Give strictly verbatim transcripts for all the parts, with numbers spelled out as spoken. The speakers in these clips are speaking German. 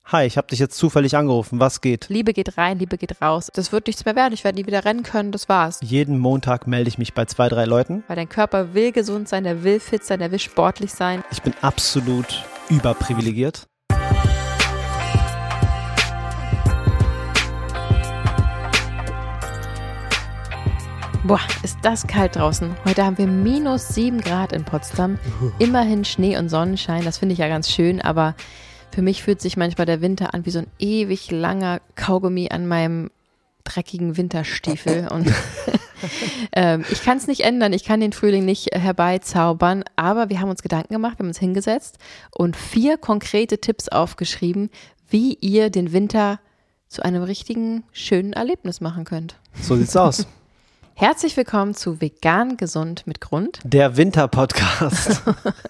Hi, ich habe dich jetzt zufällig angerufen. Was geht? Liebe geht rein, Liebe geht raus. Das wird nichts mehr werden. Ich werde nie wieder rennen können. Das war's. Jeden Montag melde ich mich bei zwei, drei Leuten. Weil dein Körper will gesund sein, der will fit sein, der will sportlich sein. Ich bin absolut überprivilegiert. Boah, ist das kalt draußen. Heute haben wir minus sieben Grad in Potsdam. Immerhin Schnee und Sonnenschein. Das finde ich ja ganz schön, aber für mich fühlt sich manchmal der Winter an wie so ein ewig langer Kaugummi an meinem dreckigen Winterstiefel. Und ähm, ich kann es nicht ändern, ich kann den Frühling nicht herbeizaubern, aber wir haben uns Gedanken gemacht, wir haben uns hingesetzt und vier konkrete Tipps aufgeschrieben, wie ihr den Winter zu einem richtigen, schönen Erlebnis machen könnt. So sieht's aus. Herzlich willkommen zu Vegan Gesund mit Grund. Der Winter-Podcast.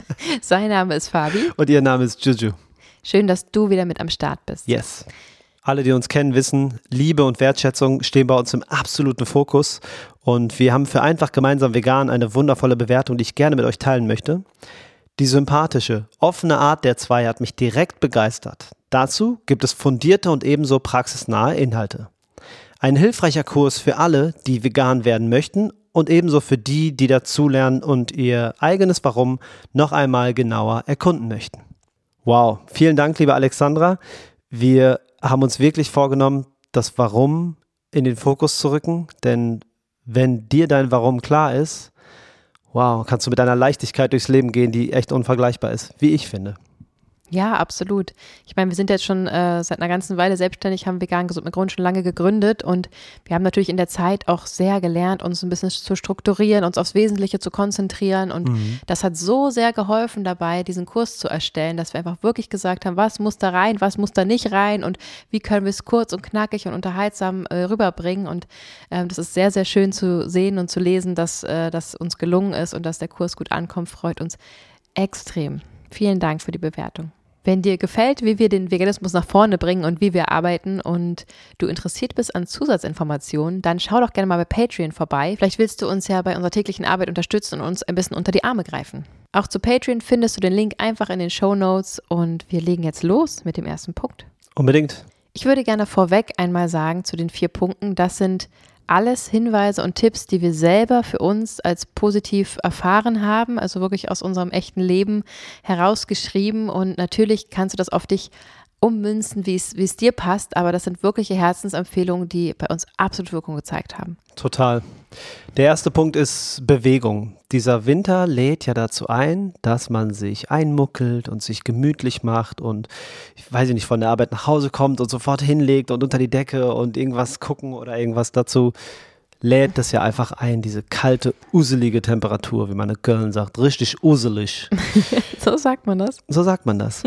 Sein Name ist Fabi. Und ihr Name ist Juju. Schön, dass du wieder mit am Start bist. Yes. Alle, die uns kennen, wissen, Liebe und Wertschätzung stehen bei uns im absoluten Fokus. Und wir haben für Einfach Gemeinsam Vegan eine wundervolle Bewertung, die ich gerne mit euch teilen möchte. Die sympathische, offene Art der zwei hat mich direkt begeistert. Dazu gibt es fundierte und ebenso praxisnahe Inhalte. Ein hilfreicher Kurs für alle, die vegan werden möchten und ebenso für die, die dazulernen und ihr eigenes Warum noch einmal genauer erkunden möchten. Wow, vielen Dank, liebe Alexandra. Wir haben uns wirklich vorgenommen, das Warum in den Fokus zu rücken, denn wenn dir dein Warum klar ist, wow, kannst du mit einer Leichtigkeit durchs Leben gehen, die echt unvergleichbar ist, wie ich finde. Ja, absolut. Ich meine, wir sind jetzt schon äh, seit einer ganzen Weile selbstständig, haben Vegan Gesund mit Grund schon lange gegründet und wir haben natürlich in der Zeit auch sehr gelernt, uns ein bisschen zu strukturieren, uns aufs Wesentliche zu konzentrieren und mhm. das hat so sehr geholfen dabei, diesen Kurs zu erstellen, dass wir einfach wirklich gesagt haben, was muss da rein, was muss da nicht rein und wie können wir es kurz und knackig und unterhaltsam äh, rüberbringen und äh, das ist sehr, sehr schön zu sehen und zu lesen, dass äh, das uns gelungen ist und dass der Kurs gut ankommt, freut uns extrem. Vielen Dank für die Bewertung. Wenn dir gefällt, wie wir den Veganismus nach vorne bringen und wie wir arbeiten und du interessiert bist an Zusatzinformationen, dann schau doch gerne mal bei Patreon vorbei. Vielleicht willst du uns ja bei unserer täglichen Arbeit unterstützen und uns ein bisschen unter die Arme greifen. Auch zu Patreon findest du den Link einfach in den Shownotes und wir legen jetzt los mit dem ersten Punkt. Unbedingt. Ich würde gerne vorweg einmal sagen zu den vier Punkten, das sind alles Hinweise und Tipps, die wir selber für uns als positiv erfahren haben, also wirklich aus unserem echten Leben herausgeschrieben und natürlich kannst du das auf dich ummünzen, wie es wie es dir passt, aber das sind wirkliche Herzensempfehlungen, die bei uns absolut Wirkung gezeigt haben. Total. Der erste Punkt ist Bewegung. Dieser Winter lädt ja dazu ein, dass man sich einmuckelt und sich gemütlich macht und, ich weiß nicht, von der Arbeit nach Hause kommt und sofort hinlegt und unter die Decke und irgendwas gucken oder irgendwas dazu. Lädt das ja einfach ein, diese kalte, uselige Temperatur, wie meine Köln sagt, richtig uselig. So sagt man das? So sagt man das.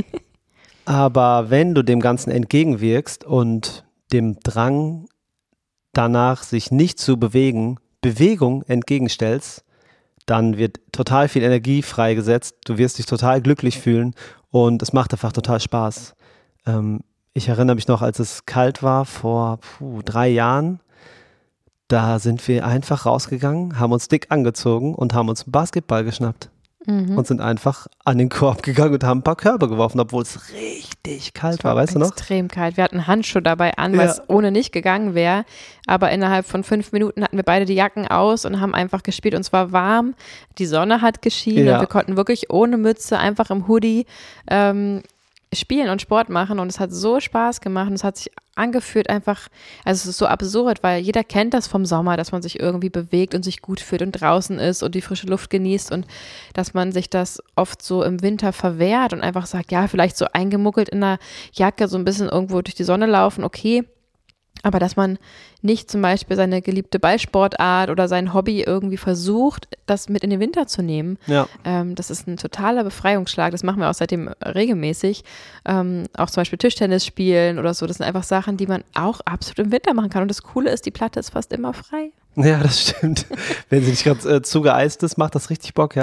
Aber wenn du dem Ganzen entgegenwirkst und dem Drang danach, sich nicht zu bewegen, Bewegung entgegenstellst, dann wird total viel Energie freigesetzt, du wirst dich total glücklich fühlen und es macht einfach total Spaß. Ähm, ich erinnere mich noch, als es kalt war, vor puh, drei Jahren, da sind wir einfach rausgegangen, haben uns dick angezogen und haben uns einen Basketball geschnappt. Mhm. Und sind einfach an den Korb gegangen und haben ein paar Körbe geworfen, obwohl es richtig kalt war, war, weißt du noch? Extrem kalt. Wir hatten Handschuhe dabei an, weil ja. es ohne nicht gegangen wäre. Aber innerhalb von fünf Minuten hatten wir beide die Jacken aus und haben einfach gespielt. Und es war warm, die Sonne hat geschienen ja. und wir konnten wirklich ohne Mütze einfach im Hoodie ähm, spielen und Sport machen und es hat so Spaß gemacht und es hat sich angefühlt einfach, also es ist so absurd, weil jeder kennt das vom Sommer, dass man sich irgendwie bewegt und sich gut fühlt und draußen ist und die frische Luft genießt und dass man sich das oft so im Winter verwehrt und einfach sagt, ja, vielleicht so eingemuckelt in der Jacke so ein bisschen irgendwo durch die Sonne laufen, okay, aber dass man nicht zum Beispiel seine geliebte Ballsportart oder sein Hobby irgendwie versucht, das mit in den Winter zu nehmen. Ja. Ähm, das ist ein totaler Befreiungsschlag. Das machen wir auch seitdem regelmäßig. Ähm, auch zum Beispiel Tischtennis spielen oder so. Das sind einfach Sachen, die man auch absolut im Winter machen kann. Und das Coole ist, die Platte ist fast immer frei. Ja, das stimmt. Wenn sie nicht ganz äh, zu geeist ist, macht das richtig Bock, ja.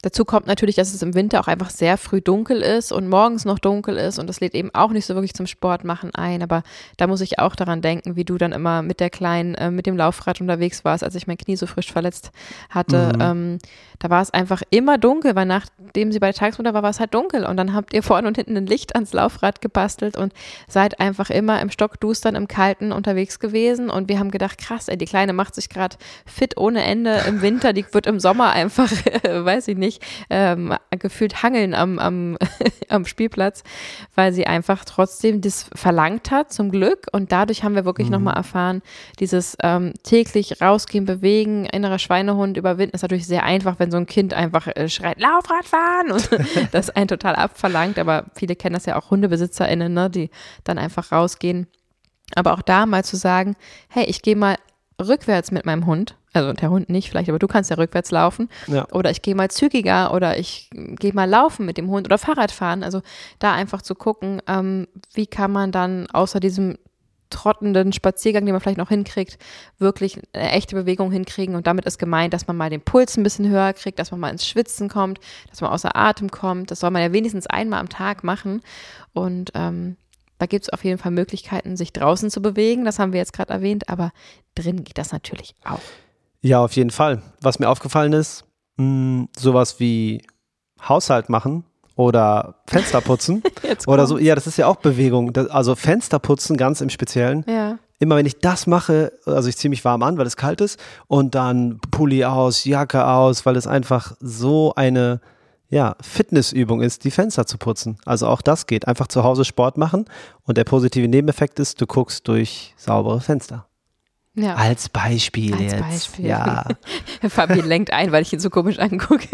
Dazu kommt natürlich, dass es im Winter auch einfach sehr früh dunkel ist und morgens noch dunkel ist und das lädt eben auch nicht so wirklich zum Sportmachen ein, aber da muss ich auch daran denken, wie du dann immer mit der Kleinen, äh, mit dem Laufrad unterwegs warst, als ich mein Knie so frisch verletzt hatte. Mhm. Ähm, da war es einfach immer dunkel, weil nachdem sie bei der Tagesmutter war, war es halt dunkel und dann habt ihr vorne und hinten ein Licht ans Laufrad gebastelt und seid einfach immer im Stockdustern, im Kalten unterwegs gewesen und wir haben gedacht, krass, ey, die Kleine macht sich gerade fit ohne Ende im Winter, die wird im Sommer einfach, weiß ich nicht, ähm, gefühlt hangeln am, am, am Spielplatz, weil sie einfach trotzdem das verlangt hat, zum Glück. Und dadurch haben wir wirklich mhm. nochmal erfahren, dieses ähm, täglich rausgehen, bewegen, innerer Schweinehund überwinden, ist natürlich sehr einfach, wenn so ein Kind einfach äh, schreit, Laufrad fahren und das einen total abverlangt. Aber viele kennen das ja auch HundebesitzerInnen, ne, die dann einfach rausgehen. Aber auch da mal zu sagen, hey, ich gehe mal rückwärts mit meinem Hund, also der Hund nicht vielleicht, aber du kannst ja rückwärts laufen ja. Oder ich gehe mal zügiger oder ich gehe mal laufen mit dem Hund oder Fahrrad fahren, also da einfach zu gucken, ähm, wie kann man dann außer diesem trottenden Spaziergang, den man vielleicht noch hinkriegt, wirklich eine echte Bewegung hinkriegen und damit ist gemeint, dass man mal den Puls ein bisschen höher kriegt, dass man mal ins Schwitzen kommt, dass man außer Atem kommt, das soll man ja wenigstens einmal am Tag machen und ähm, da gibt es auf jeden Fall Möglichkeiten, sich draußen zu bewegen, das haben wir jetzt gerade erwähnt, aber drin geht das natürlich auch. Ja, auf jeden Fall. Was mir aufgefallen ist, mh, sowas wie Haushalt machen oder Fenster putzen oder so, ja, das ist ja auch Bewegung. Das, also Fenster putzen ganz im Speziellen. Ja. Immer wenn ich das mache, also ich ziehe mich warm an, weil es kalt ist und dann Pulli aus, Jacke aus, weil es einfach so eine ja, Fitnessübung ist, die Fenster zu putzen. Also auch das geht. Einfach zu Hause Sport machen und der positive Nebeneffekt ist, du guckst durch saubere Fenster. Ja. Als Beispiel Als jetzt. Beispiel. Ja. Fabi lenkt ein, weil ich ihn so komisch angucke.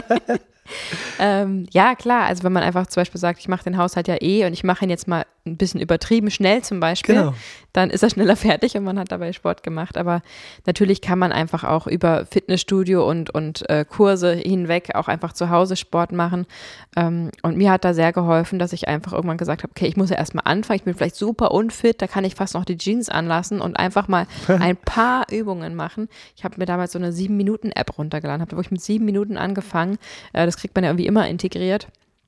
ähm, ja, klar. Also wenn man einfach zum Beispiel sagt, ich mache den Haushalt ja eh und ich mache ihn jetzt mal ein bisschen übertrieben schnell zum Beispiel, genau. Dann ist er schneller fertig und man hat dabei Sport gemacht. Aber natürlich kann man einfach auch über Fitnessstudio und, und äh, Kurse hinweg auch einfach zu Hause Sport machen. Ähm, und mir hat da sehr geholfen, dass ich einfach irgendwann gesagt habe, okay, ich muss ja erstmal anfangen, ich bin vielleicht super unfit, da kann ich fast noch die Jeans anlassen und einfach mal ein paar Übungen machen. Ich habe mir damals so eine sieben Minuten App runtergeladen, habe wirklich mit sieben Minuten angefangen. Äh, das kriegt man ja irgendwie immer integriert.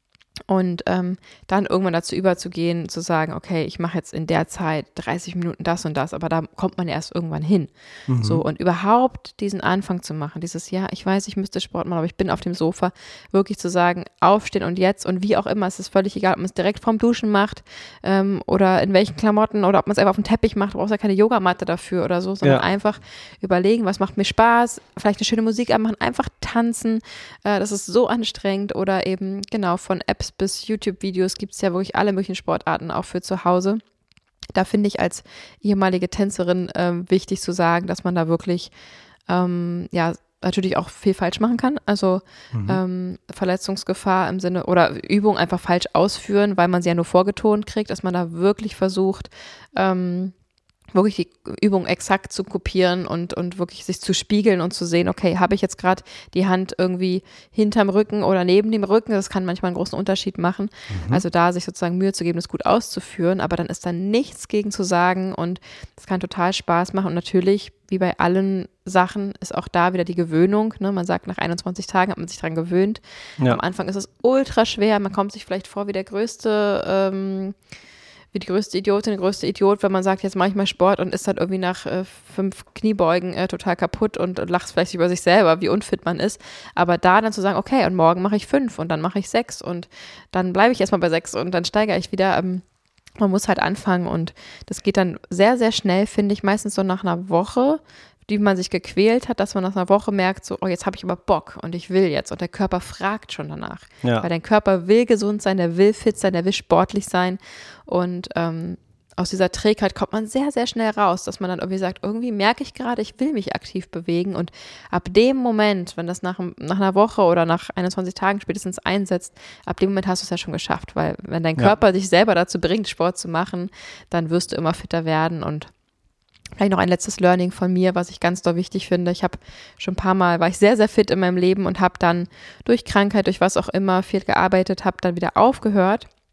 Und ähm, dann irgendwann dazu überzugehen, zu sagen, okay, ich mache jetzt in der Zeit dreißig Minuten das und das, aber da kommt man erst irgendwann hin. Mhm. So, und überhaupt diesen Anfang zu machen, dieses, ja, ich weiß, ich müsste Sport machen, aber ich bin auf dem Sofa, wirklich zu sagen, aufstehen und jetzt und wie auch immer, es ist völlig egal, ob man es direkt vorm Duschen macht ähm, oder in welchen Klamotten oder ob man es einfach auf dem Teppich macht, du brauchst ja keine Yogamatte dafür oder so, sondern ja. einfach überlegen, was macht mir Spaß, vielleicht eine schöne Musik anmachen, einfach tanzen, äh, das ist so anstrengend oder eben, genau, von Apps bis YouTube-Videos gibt es ja wirklich alle möglichen Sportarten auch für zu Hause. Da finde ich als ehemalige Tänzerin ähm, wichtig zu sagen, dass man da wirklich ähm, ja natürlich auch viel falsch machen kann. Also mhm. ähm, Verletzungsgefahr im Sinne oder Übung einfach falsch ausführen, weil man sie ja nur vorgetont kriegt, dass man da wirklich versucht, ähm, wirklich die Übung exakt zu kopieren und, und wirklich sich zu spiegeln und zu sehen, okay, habe ich jetzt gerade die Hand irgendwie hinterm Rücken oder neben dem Rücken, das kann manchmal einen großen Unterschied machen. Mhm. Also da sich sozusagen Mühe zu geben, das gut auszuführen, aber dann ist da nichts gegen zu sagen und das kann total Spaß machen und natürlich, wie bei allen Sachen, ist auch da wieder die Gewöhnung. Ne? Man sagt, nach einundzwanzig Tagen hat man sich dran gewöhnt. Ja. Am Anfang ist es ultra schwer, man kommt sich vielleicht vor wie der größte ähm, wie die größte Idiotin, der größte Idiot, wenn man sagt, jetzt mache ich mal Sport und ist dann irgendwie nach äh, fünf Kniebeugen äh, total kaputt und, und lacht vielleicht über sich selber, wie unfit man ist. Aber da dann zu sagen, okay, und morgen mache ich fünf und dann mache ich sechs und dann bleibe ich erstmal bei sechs und dann steigere ich wieder. Ähm, man muss halt anfangen und das geht dann sehr, sehr schnell, finde ich, meistens so nach einer Woche, die man sich gequält hat, dass man nach einer Woche merkt, so, oh, jetzt habe ich aber Bock und ich will jetzt und der Körper fragt schon danach, ja. Weil dein Körper will gesund sein, der will fit sein, der will sportlich sein und ähm, aus dieser Trägheit kommt man sehr, sehr schnell raus, dass man dann irgendwie sagt, irgendwie merke ich gerade, ich will mich aktiv bewegen und ab dem Moment, wenn das nach, nach einer Woche oder nach einundzwanzig Tagen spätestens einsetzt, ab dem Moment hast du es ja schon geschafft, weil wenn dein Körper ja. dich selber dazu bringt, Sport zu machen, dann wirst du immer fitter werden und vielleicht noch ein letztes Learning von mir, was ich ganz doll wichtig finde. Ich habe schon ein paar Mal, war ich sehr, sehr fit in meinem Leben und habe dann durch Krankheit, durch was auch immer viel gearbeitet, habe dann wieder aufgehört.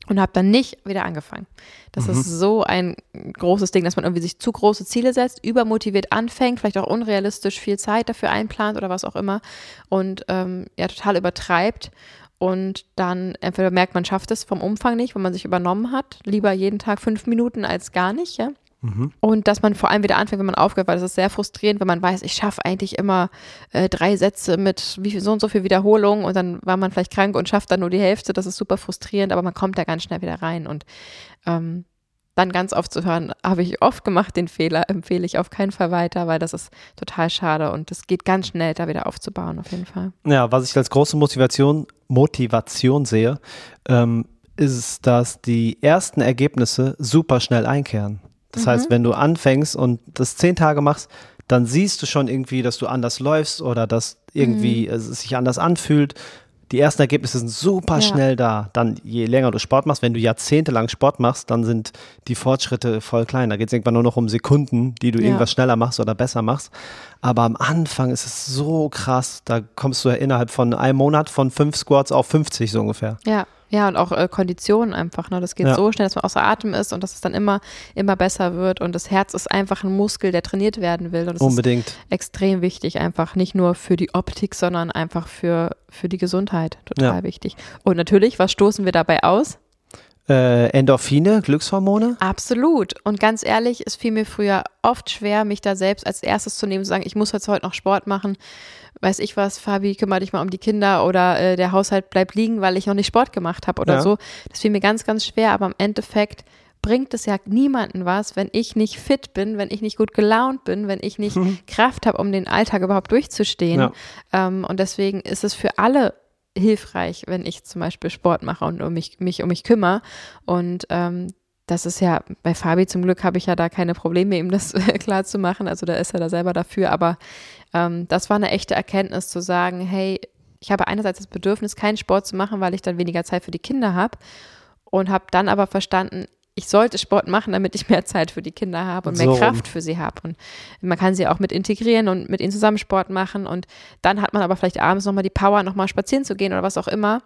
Und habe dann nicht wieder angefangen. Das mhm. ist so ein großes Ding, dass man irgendwie sich zu große Ziele setzt, übermotiviert anfängt, vielleicht auch unrealistisch viel Zeit dafür einplant oder was auch immer und ähm, ja total übertreibt und dann entweder merkt, man schafft es vom Umfang nicht, wenn man sich übernommen hat, lieber jeden Tag fünf Minuten als gar nicht, ja. Mhm. Und dass man vor allem wieder anfängt, wenn man aufgehört, weil das ist sehr frustrierend, wenn man weiß, ich schaffe eigentlich immer äh, drei Sätze mit wie viel, so und so viel Wiederholungen und dann war man vielleicht krank und schafft dann nur die Hälfte, das ist super frustrierend, aber man kommt da ganz schnell wieder rein und ähm, dann ganz aufzuhören, habe ich oft gemacht, den Fehler empfehle ich auf keinen Fall weiter, weil das ist total schade und es geht ganz schnell, da wieder aufzubauen auf jeden Fall. Ja, was ich als große Motivation, Motivation sehe, ähm, ist, dass die ersten Ergebnisse super schnell einkehren. Das mhm. heißt, wenn du anfängst und das zehn Tage machst, dann siehst du schon irgendwie, dass du anders läufst oder dass irgendwie mhm. es sich anders anfühlt. Die ersten Ergebnisse sind super ja. schnell da. Dann, je länger du Sport machst, wenn du jahrzehntelang Sport machst, dann sind die Fortschritte voll klein. Da geht es irgendwann nur noch um Sekunden, die du ja. irgendwas schneller machst oder besser machst. Aber am Anfang ist es so krass, da kommst du ja innerhalb von einem Monat von fünf Squats auf fünfzig so ungefähr. Ja. Ja, und auch äh, Konditionen einfach, ne? Das geht ja. so schnell, dass man außer Atem ist und dass es dann immer, immer besser wird. Und das Herz ist einfach ein Muskel, der trainiert werden will. Und das Unbedingt. ist extrem wichtig, einfach nicht nur für die Optik, sondern einfach für, für die Gesundheit. Total ja. wichtig. Und natürlich, was stoßen wir dabei aus? Äh, Endorphine, Glückshormone? Absolut. Und ganz ehrlich, es fiel mir früher oft schwer, mich da selbst als erstes zu nehmen, zu sagen, ich muss jetzt heute noch Sport machen. Weiß ich was, Fabi, kümmere dich mal um die Kinder oder äh, der Haushalt bleibt liegen, weil ich noch nicht Sport gemacht habe oder ja. so. Das fiel mir ganz, ganz schwer, aber im Endeffekt bringt es ja niemanden was, wenn ich nicht fit bin, wenn ich nicht gut gelaunt bin, wenn ich nicht mhm. Kraft habe, um den Alltag überhaupt durchzustehen. Ja. Ähm, und deswegen ist es für alle hilfreich, wenn ich zum Beispiel Sport mache und um mich, mich um mich kümmere. Und ähm, das ist ja, bei Fabi zum Glück habe ich ja da keine Probleme, ihm das klar zu machen. Also da ist er da selber dafür. Aber ähm, das war eine echte Erkenntnis zu sagen, hey, ich habe einerseits das Bedürfnis, keinen Sport zu machen, weil ich dann weniger Zeit für die Kinder habe. Und habe dann aber verstanden, ich sollte Sport machen, damit ich mehr Zeit für die Kinder habe und mehr so. Kraft für sie habe. Und man kann sie auch mit integrieren und mit ihnen zusammen Sport machen. Und dann hat man aber vielleicht abends nochmal die Power, nochmal spazieren zu gehen oder was auch immer,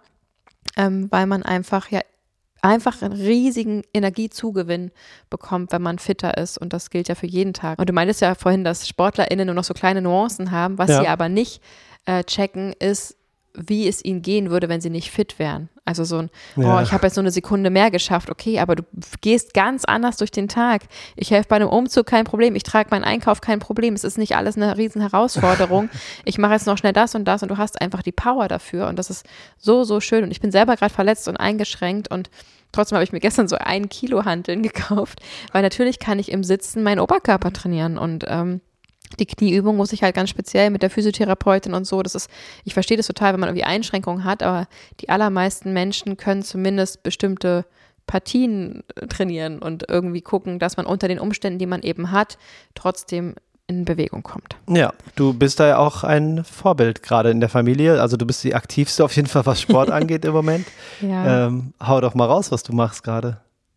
ähm, weil man einfach ja einfach einen riesigen Energiezugewinn bekommt, wenn man fitter ist. Und das gilt ja für jeden Tag. Und du meintest ja vorhin, dass SportlerInnen nur noch so kleine Nuancen haben. Was ja. sie aber nicht äh, checken, ist, wie es ihnen gehen würde, wenn sie nicht fit wären. Also so ein, ja. oh, ich habe jetzt so eine Sekunde mehr geschafft, okay, aber du gehst ganz anders durch den Tag. Ich helfe bei einem Umzug, kein Problem. Ich trage meinen Einkauf, kein Problem. Es ist nicht alles eine riesen Herausforderung. Ich mache jetzt noch schnell das und das und du hast einfach die Power dafür und das ist so, so schön. Und ich bin selber gerade verletzt und eingeschränkt und trotzdem habe ich mir gestern so ein Kilo Hanteln gekauft, weil natürlich kann ich im Sitzen meinen Oberkörper trainieren und ähm, die Knieübung muss ich halt ganz speziell mit der Physiotherapeutin und so, das ist, ich verstehe das total, wenn man irgendwie Einschränkungen hat, aber die allermeisten Menschen können zumindest bestimmte Partien trainieren und irgendwie gucken, dass man unter den Umständen, die man eben hat, trotzdem in Bewegung kommt. Ja, du bist da ja auch ein Vorbild gerade in der Familie, also du bist die aktivste auf jeden Fall, was Sport angeht im Moment. Ja. Ähm, hau doch mal raus, was du machst gerade.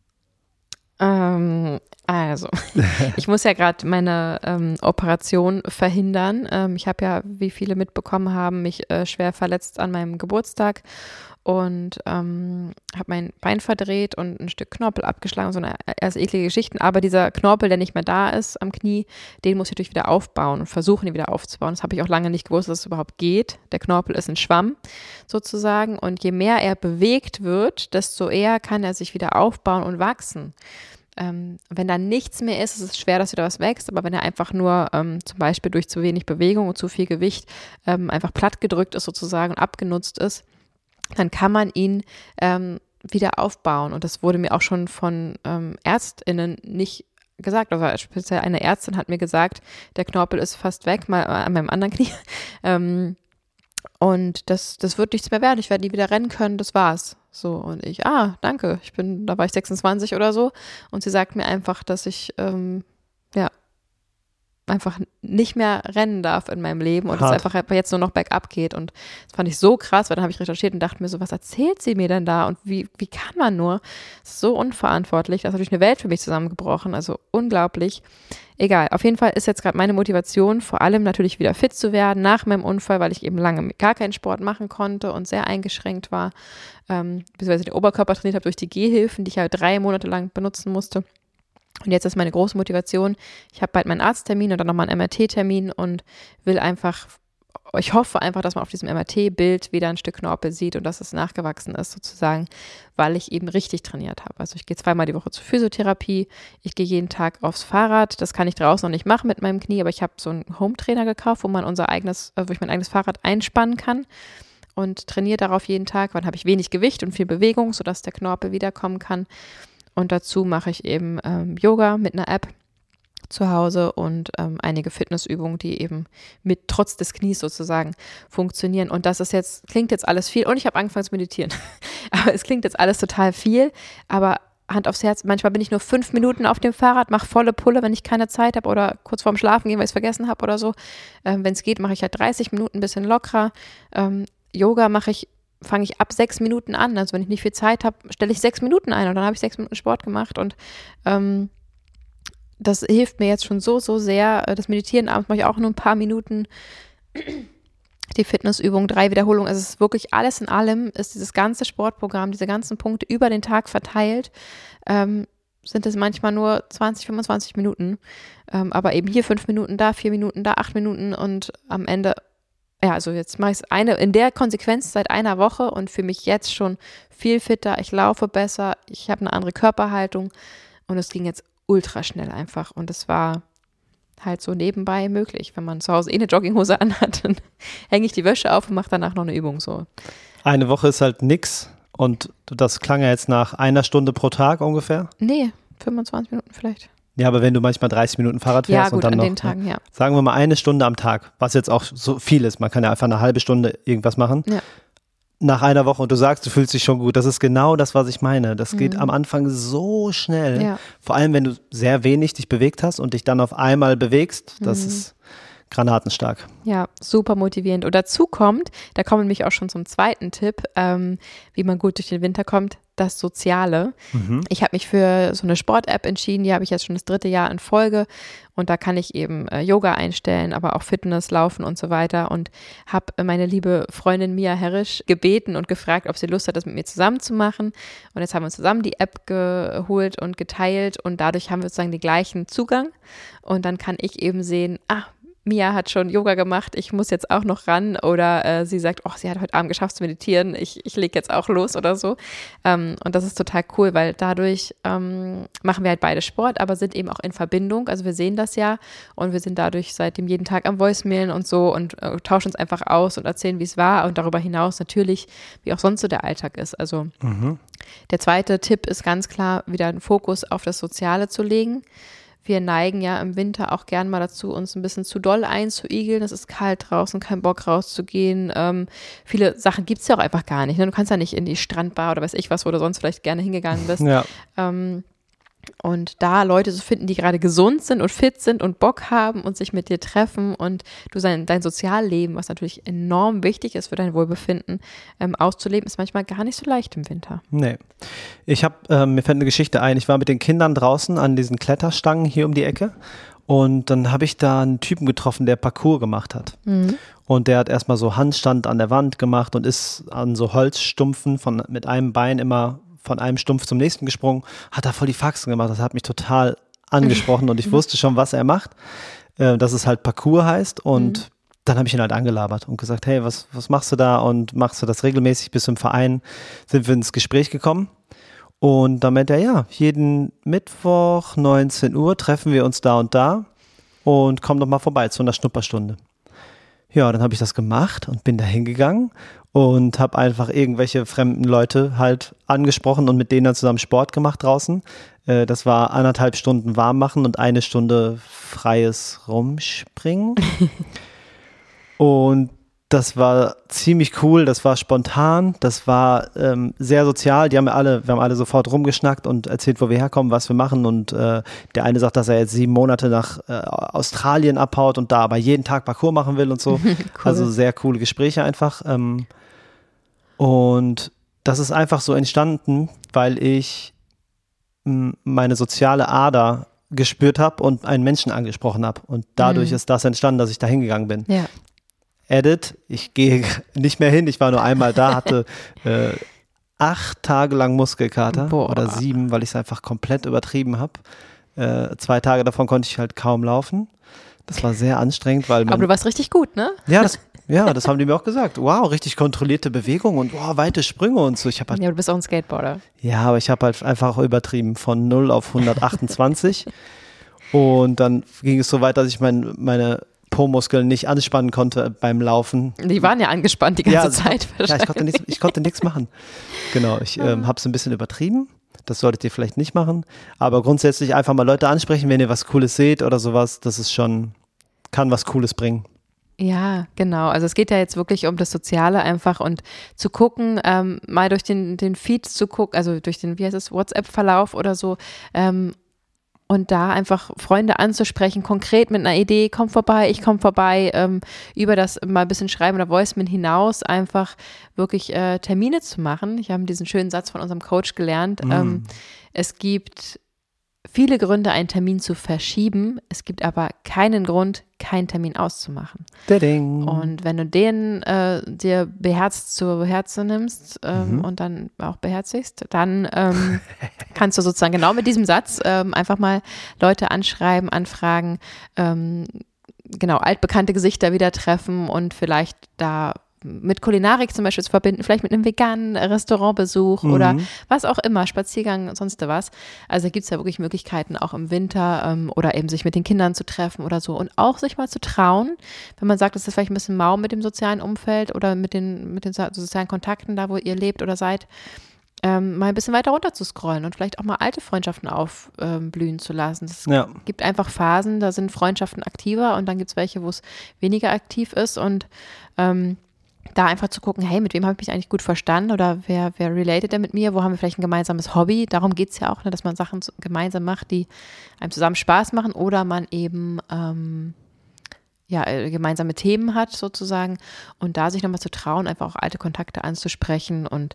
Ähm, also, ich muss ja gerade meine ähm, Operation verhindern. Ähm, ich habe ja, wie viele mitbekommen haben, mich äh, schwer verletzt an meinem Geburtstag und ähm, habe mein Bein verdreht und ein Stück Knorpel abgeschlagen, so eine erst eklige Geschichten. Aber dieser Knorpel, der nicht mehr da ist am Knie, den muss ich natürlich wieder aufbauen und versuchen, ihn wieder aufzubauen. Das habe ich auch lange nicht gewusst, dass es überhaupt geht. Der Knorpel ist ein Schwamm sozusagen und je mehr er bewegt wird, desto eher kann er sich wieder aufbauen und wachsen. Ähm, wenn da nichts mehr ist, ist es schwer, dass wieder was wächst, aber wenn er einfach nur ähm, zum Beispiel durch zu wenig Bewegung und zu viel Gewicht ähm, einfach platt gedrückt ist sozusagen und abgenutzt ist, dann kann man ihn ähm, wieder aufbauen. Und das wurde mir auch schon von ähm, ÄrztInnen nicht gesagt. Also speziell eine Ärztin hat mir gesagt, der Knorpel ist fast weg, mal an meinem anderen Knie. ähm, und das, das wird nichts mehr werden. Ich werde nie wieder rennen können, das war's. So, und ich, ah, danke, ich bin, da war ich sechsundzwanzig oder so. Und sie sagt mir einfach, dass ich, ähm, ja, einfach nicht mehr rennen darf in meinem Leben und Hart. es einfach jetzt nur noch bergab geht. Und das fand ich so krass, weil dann habe ich recherchiert und dachte mir so, was erzählt sie mir denn da und wie, wie kann man nur? Das ist so unverantwortlich. Da ist natürlich eine Welt für mich zusammengebrochen, also unglaublich. Egal, auf jeden Fall ist jetzt gerade meine Motivation, vor allem natürlich wieder fit zu werden nach meinem Unfall, weil ich eben lange gar keinen Sport machen konnte und sehr eingeschränkt war, ähm, beziehungsweise den Oberkörper trainiert habe durch die Gehhilfen, die ich ja drei Monate lang benutzen musste. Und jetzt ist meine große Motivation, ich habe bald meinen Arzttermin und dann nochmal einen M R T-Termin und will einfach, ich hoffe einfach, dass man auf diesem M R T-Bild wieder ein Stück Knorpel sieht und dass es nachgewachsen ist sozusagen, weil ich eben richtig trainiert habe. Also ich gehe zweimal die Woche zur Physiotherapie, ich gehe jeden Tag aufs Fahrrad, das kann ich draußen noch nicht machen mit meinem Knie, aber ich habe so einen Home-Trainer gekauft, wo man unser eigenes, wo ich mein eigenes Fahrrad einspannen kann und trainiere darauf jeden Tag, weil dann habe ich wenig Gewicht und viel Bewegung, sodass der Knorpel wiederkommen kann. Und dazu mache ich eben ähm, Yoga mit einer App zu Hause und ähm, einige Fitnessübungen, die eben mit trotz des Knies sozusagen funktionieren. Und das ist jetzt, klingt jetzt alles viel und ich habe angefangen zu meditieren. Aber es klingt jetzt alles total viel, aber Hand aufs Herz, manchmal bin ich nur fünf Minuten auf dem Fahrrad, mache volle Pulle, wenn ich keine Zeit habe oder kurz vorm Schlafen gehen, weil ich es vergessen habe oder so. Ähm, wenn es geht, mache ich halt dreißig Minuten ein bisschen lockerer. Ähm, Yoga mache ich fange ich ab sechs Minuten an. Also wenn ich nicht viel Zeit habe, stelle ich sechs Minuten ein und dann habe ich sechs Minuten Sport gemacht und ähm, das hilft mir jetzt schon so, so sehr. Das Meditieren abends mache ich auch nur ein paar Minuten. Die Fitnessübung, drei Wiederholungen. Also es ist wirklich alles in allem, ist dieses ganze Sportprogramm, diese ganzen Punkte über den Tag verteilt, ähm, sind es manchmal nur zwanzig, fünfundzwanzig Minuten. Ähm, aber eben hier fünf Minuten, da vier Minuten, da acht Minuten und am Ende ja, also jetzt mache ich es eine, in der Konsequenz seit einer Woche und fühle mich jetzt schon viel fitter. Ich laufe besser, ich habe eine andere Körperhaltung und es ging jetzt ultra schnell einfach. Und es war halt so nebenbei möglich. Wenn man zu Hause eh eine Jogginghose anhat, dann hänge ich die Wäsche auf und mache danach noch eine Übung so. Eine Woche ist halt nix und das klang ja jetzt nach einer Stunde pro Tag ungefähr? Nee, fünfundzwanzig Minuten vielleicht. Ja, aber wenn du manchmal dreißig Minuten Fahrrad fährst ja, gut, und dann an noch, den Tagen, ja. sagen wir mal eine Stunde am Tag, was jetzt auch so viel ist, man kann ja einfach eine halbe Stunde irgendwas machen, ja. Nach einer Woche und du sagst, du fühlst dich schon gut, das ist genau das, was ich meine. Das geht Mhm. am Anfang so schnell, Ja. vor allem wenn du sehr wenig dich bewegt hast und dich dann auf einmal bewegst, das Mhm. ist granatenstark. Ja, super motivierend. Und dazu kommt, da kommen wir nämlich auch schon zum zweiten Tipp, ähm, wie man gut durch den Winter kommt, das Soziale. Mhm. Ich habe mich für so eine Sport-App entschieden, die habe ich jetzt schon das dritte Jahr in Folge und da kann ich eben äh, Yoga einstellen, aber auch Fitness, Laufen und so weiter und habe meine liebe Freundin Mia Herrisch gebeten und gefragt, ob sie Lust hat, das mit mir zusammen zu machen und jetzt haben wir uns zusammen die App geholt und geteilt und dadurch haben wir sozusagen den gleichen Zugang und dann kann ich eben sehen, ah, Mia hat schon Yoga gemacht, ich muss jetzt auch noch ran oder äh, sie sagt, oh, sie hat heute Abend geschafft zu meditieren, ich, ich lege jetzt auch los oder so. Ähm, und das ist total cool, weil dadurch ähm, machen wir halt beide Sport, aber sind eben auch in Verbindung, also wir sehen das ja und wir sind dadurch seitdem jeden Tag am Voicemailen und so und äh, tauschen uns einfach aus und erzählen, wie es war und darüber hinaus natürlich, wie auch sonst so der Alltag ist. Also Mhm. der zweite Tipp ist ganz klar, wieder einen Fokus auf das Soziale zu legen. Wir neigen ja im Winter auch gern mal dazu, uns ein bisschen zu doll einzuigeln. Es ist kalt draußen, kein Bock rauszugehen. Ähm, viele Sachen gibt es ja auch einfach gar nicht. Ne? Du kannst ja nicht in die Strandbar oder weiß ich was, wo du sonst vielleicht gerne hingegangen bist. Ja. Ähm, und da Leute zu finden, die gerade gesund sind und fit sind und Bock haben und sich mit dir treffen und du sein, dein Sozialleben, was natürlich enorm wichtig ist für dein Wohlbefinden, ähm, auszuleben, ist manchmal gar nicht so leicht im Winter. Nee. Ich habe, äh, mir fällt eine Geschichte ein, ich war mit den Kindern draußen an diesen Kletterstangen hier um die Ecke und dann habe ich da einen Typen getroffen, der Parkour gemacht hat. Mhm. Und der hat erstmal so Handstand an der Wand gemacht und ist an so Holzstumpfen von, mit einem Bein immer von einem Stumpf zum nächsten gesprungen, hat da voll die Faxen gemacht. Das hat mich total angesprochen und ich wusste schon, was er macht, äh, dass es halt Parkour heißt und mhm. dann habe ich ihn halt angelabert und gesagt, hey, was, was machst du da und machst du das regelmäßig? Bist du im Verein? Sind wir ins Gespräch gekommen und dann meinte er, ja, jeden Mittwoch neunzehn Uhr treffen wir uns da und da und komm doch mal vorbei zu einer Schnupperstunde. Ja, dann habe ich das gemacht und bin da hingegangen und habe einfach irgendwelche fremden Leute halt angesprochen und mit denen dann zusammen Sport gemacht draußen. Äh, das war anderthalb Stunden warm machen und eine Stunde freies Rumspringen. Und Das war ziemlich cool, das war spontan, das war ähm, sehr sozial. Die haben alle, wir haben alle sofort rumgeschnackt und erzählt, wo wir herkommen, was wir machen. Und äh, der eine sagt, dass er jetzt sieben Monate nach äh, Australien abhaut und da aber jeden Tag Parkour machen will und so. Cool. Also sehr coole Gespräche einfach. Ähm, und das ist einfach so entstanden, weil ich m, meine soziale Ader gespürt habe und einen Menschen angesprochen habe. Und dadurch mhm. ist das entstanden, dass ich da hingegangen bin. Ja. Edit, ich gehe nicht mehr hin, ich war nur einmal da, hatte äh, acht Tage lang Muskelkater Boah. oder sieben, weil ich es einfach komplett übertrieben habe. Äh, zwei Tage davon konnte ich halt kaum laufen. Das war sehr anstrengend, weil man, aber du warst richtig gut, ne? Ja, das, ja, das haben die mir auch gesagt. Wow, richtig kontrollierte Bewegung und wow, weite Sprünge und so. Ich hab halt, ja, du bist auch ein Skateboarder. Ja, aber ich habe halt einfach übertrieben von null auf hundertachtundzwanzig und dann ging es so weit, dass ich mein, meine Po-Muskeln nicht anspannen konnte beim Laufen. Die waren ja angespannt die ganze ja, Zeit. Ja, ich konnte nichts, ich konnte nichts machen. Genau, ich ähm, habe es ein bisschen übertrieben. Das solltet ihr vielleicht nicht machen. Aber grundsätzlich einfach mal Leute ansprechen, wenn ihr was Cooles seht oder sowas. Das ist schon, kann was Cooles bringen. Ja, genau. Also es geht ja jetzt wirklich um das Soziale einfach und zu gucken, ähm, mal durch den, den Feed zu gucken, also durch den, wie heißt es, WhatsApp-Verlauf oder so, ähm, und da einfach Freunde anzusprechen, konkret mit einer Idee, komm vorbei, ich komm vorbei, ähm, über das mal ein bisschen schreiben oder Voicemail hinaus einfach wirklich äh, Termine zu machen. Ich habe diesen schönen Satz von unserem Coach gelernt. Mm. Ähm, es gibt viele Gründe, einen Termin zu verschieben. Es gibt aber keinen Grund, keinen Termin auszumachen. Dading. Und wenn du den äh, dir beherzt zu Herzen nimmst ähm, mhm. und dann auch beherzigst, dann ähm, kannst du sozusagen genau mit diesem Satz ähm, einfach mal Leute anschreiben, anfragen, ähm, genau, altbekannte Gesichter wieder treffen und vielleicht da mit Kulinarik zum Beispiel zu verbinden, vielleicht mit einem veganen Restaurantbesuch mhm. oder was auch immer, Spaziergang, sonst was. Also da gibt es ja wirklich Möglichkeiten, auch im Winter ähm, oder eben sich mit den Kindern zu treffen oder so und auch sich mal zu trauen, wenn man sagt, das ist vielleicht ein bisschen mau mit dem sozialen Umfeld oder mit den, mit den sozialen Kontakten da, wo ihr lebt oder seid, ähm, mal ein bisschen weiter runter zu scrollen und vielleicht auch mal alte Freundschaften aufblühen ähm, zu lassen. Es ja. gibt einfach Phasen, da sind Freundschaften aktiver und dann gibt es welche, wo es weniger aktiv ist und ähm, da einfach zu gucken, hey, mit wem habe ich mich eigentlich gut verstanden oder wer, wer relatet denn mit mir, wo haben wir vielleicht ein gemeinsames Hobby, darum geht es ja auch, ne, dass man Sachen gemeinsam macht, die einem zusammen Spaß machen oder man eben ähm, ja, gemeinsame Themen hat sozusagen und da sich nochmal zu trauen, einfach auch alte Kontakte anzusprechen und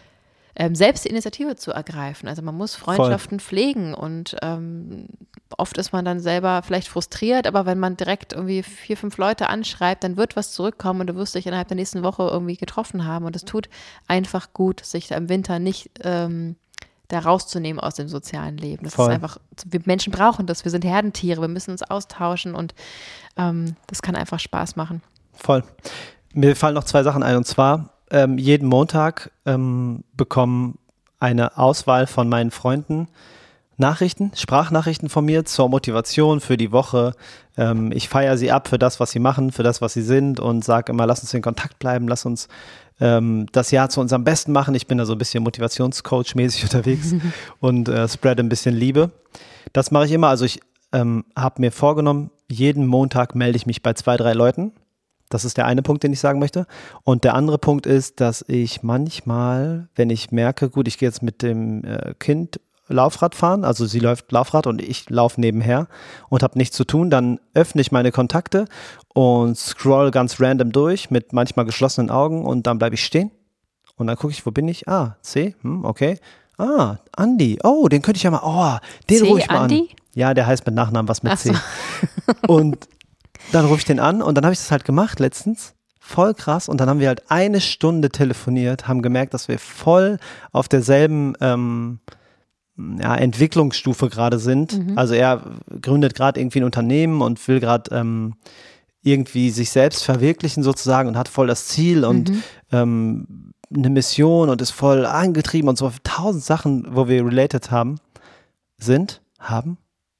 ähm, selbst die Initiative zu ergreifen. Also man muss Freundschaften Voll. pflegen und ähm, oft ist man dann selber vielleicht frustriert, aber wenn man direkt irgendwie vier, fünf Leute anschreibt, dann wird was zurückkommen und du wirst dich innerhalb der nächsten Woche irgendwie getroffen haben und es tut einfach gut, sich da im Winter nicht ähm, da rauszunehmen aus dem sozialen Leben. Das Voll. ist einfach, wir Menschen brauchen das, wir sind Herdentiere, wir müssen uns austauschen und ähm, das kann einfach Spaß machen. Voll. Mir fallen noch zwei Sachen ein und zwar ähm, jeden Montag ähm, bekommen eine Auswahl von meinen Freunden Nachrichten, Sprachnachrichten von mir zur Motivation für die Woche. Ähm, ich feiere sie ab für das, was sie machen, für das, was sie sind und sage immer, lass uns in Kontakt bleiben, lass uns ähm, das Jahr zu unserem Besten machen. Ich bin da so ein bisschen Motivationscoach-mäßig unterwegs und äh, spread ein bisschen Liebe. Das mache ich immer. Also ich ähm, habe mir vorgenommen, jeden Montag melde ich mich bei zwei, drei Leuten. Das ist der eine Punkt, den ich sagen möchte. Und der andere Punkt ist, dass ich manchmal, wenn ich merke, gut, ich gehe jetzt mit dem äh, Kind Laufrad fahren, also sie läuft Laufrad und ich laufe nebenher und habe nichts zu tun, dann öffne ich meine Kontakte und scroll ganz random durch mit manchmal geschlossenen Augen und dann bleibe ich stehen und dann gucke ich, wo bin ich? Ah, C, hm, okay. Ah, Andi, oh, den könnte ich ja mal, oh, den rufe ich mal Andi? an. Ja, der heißt mit Nachnamen was mit Ach so. C. Und dann rufe ich den an und dann habe ich das halt gemacht letztens. Voll krass. Und dann haben wir halt eine Stunde telefoniert, haben gemerkt, dass wir voll auf derselben ähm, ja, Entwicklungsstufe gerade sind. Mhm. Also er gründet gerade irgendwie ein Unternehmen und will gerade ähm, irgendwie sich selbst verwirklichen sozusagen und hat voll das Ziel und mhm. ähm, eine Mission und ist voll angetrieben und so tausend Sachen, wo wir related haben, sind, haben,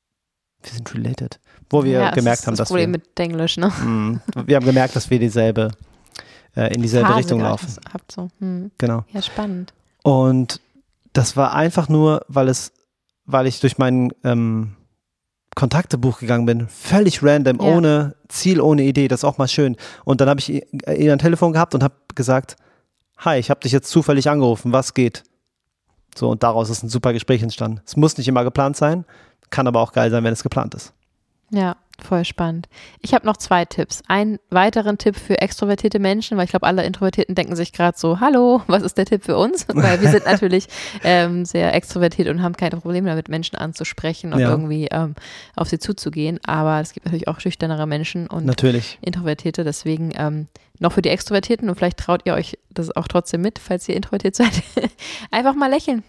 wir sind related. Wo wir ja, gemerkt das haben, das dass Problem wir mit Denglisch, ne? mh, wir haben gemerkt, dass wir dieselbe äh, in dieselbe Phase Richtung laufen. Habt so. Hm. Genau. Ja, spannend. Und das war einfach nur, weil es, weil ich durch meinen ähm, Kontaktebuch gegangen bin, völlig random, ja. ohne Ziel, ohne Idee, das ist auch mal schön. Und dann habe ich ihr ein Telefon gehabt und habe gesagt, hi, ich habe dich jetzt zufällig angerufen, was geht? So, und daraus ist ein super Gespräch entstanden. Es muss nicht immer geplant sein, kann aber auch geil sein, wenn es geplant ist. Ja, voll spannend. Ich habe noch zwei Tipps. Einen weiteren Tipp für extrovertierte Menschen, weil ich glaube, alle Introvertierten denken sich gerade so, hallo, was ist der Tipp für uns? Weil wir sind natürlich ähm, sehr extrovertiert und haben keine Probleme damit, Menschen anzusprechen und ja. irgendwie ähm, auf sie zuzugehen. Aber es gibt natürlich auch schüchternere Menschen und natürlich. Introvertierte. Deswegen ähm, noch für die Extrovertierten und vielleicht traut ihr euch das auch trotzdem mit, falls ihr introvertiert seid. Einfach mal lächeln.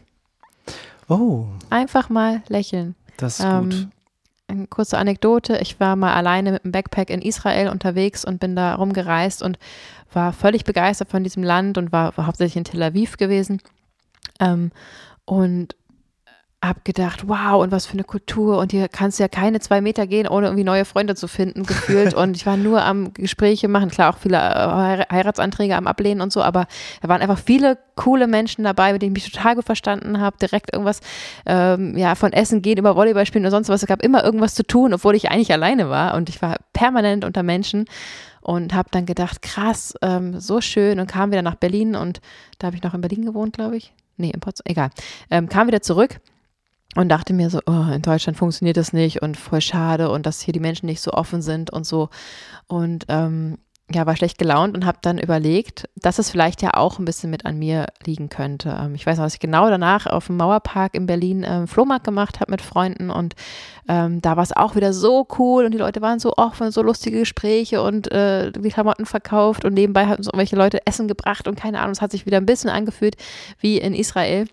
Oh. Einfach mal lächeln. Das ist ähm, gut. Eine kurze Anekdote, ich war mal alleine mit einem Backpack in Israel unterwegs und bin da rumgereist und war völlig begeistert von diesem Land und war, war hauptsächlich in Tel Aviv gewesen ähm, und habe gedacht, wow, und was für eine Kultur und hier kannst du ja keine zwei Meter gehen, ohne irgendwie neue Freunde zu finden, gefühlt und ich war nur am Gespräche machen, klar auch viele äh, Heiratsanträge am Ablehnen und so, aber da waren einfach viele coole Menschen dabei, mit denen ich mich total gut verstanden habe, direkt irgendwas ähm, ja, von Essen gehen über Volleyball spielen und sonst was, es gab immer irgendwas zu tun, obwohl ich eigentlich alleine war und ich war permanent unter Menschen und habe dann gedacht, krass, ähm, so schön und kam wieder nach Berlin und da habe ich noch in Berlin gewohnt, glaube ich, nee, in Potsdam, egal, ähm, kam wieder zurück und dachte mir so, oh, in Deutschland funktioniert das nicht und voll schade und dass hier die Menschen nicht so offen sind und so und ähm, ja, war schlecht gelaunt und habe dann überlegt, dass es vielleicht ja auch ein bisschen mit an mir liegen könnte. Ähm, ich weiß noch, dass ich genau danach auf dem Mauerpark in Berlin ähm, Flohmarkt gemacht habe mit Freunden und ähm, da war es auch wieder so cool und die Leute waren so offen, so lustige Gespräche und äh, die Klamotten verkauft und nebenbei hatten so irgendwelche Leute Essen gebracht und keine Ahnung, es hat sich wieder ein bisschen angefühlt wie in Israel.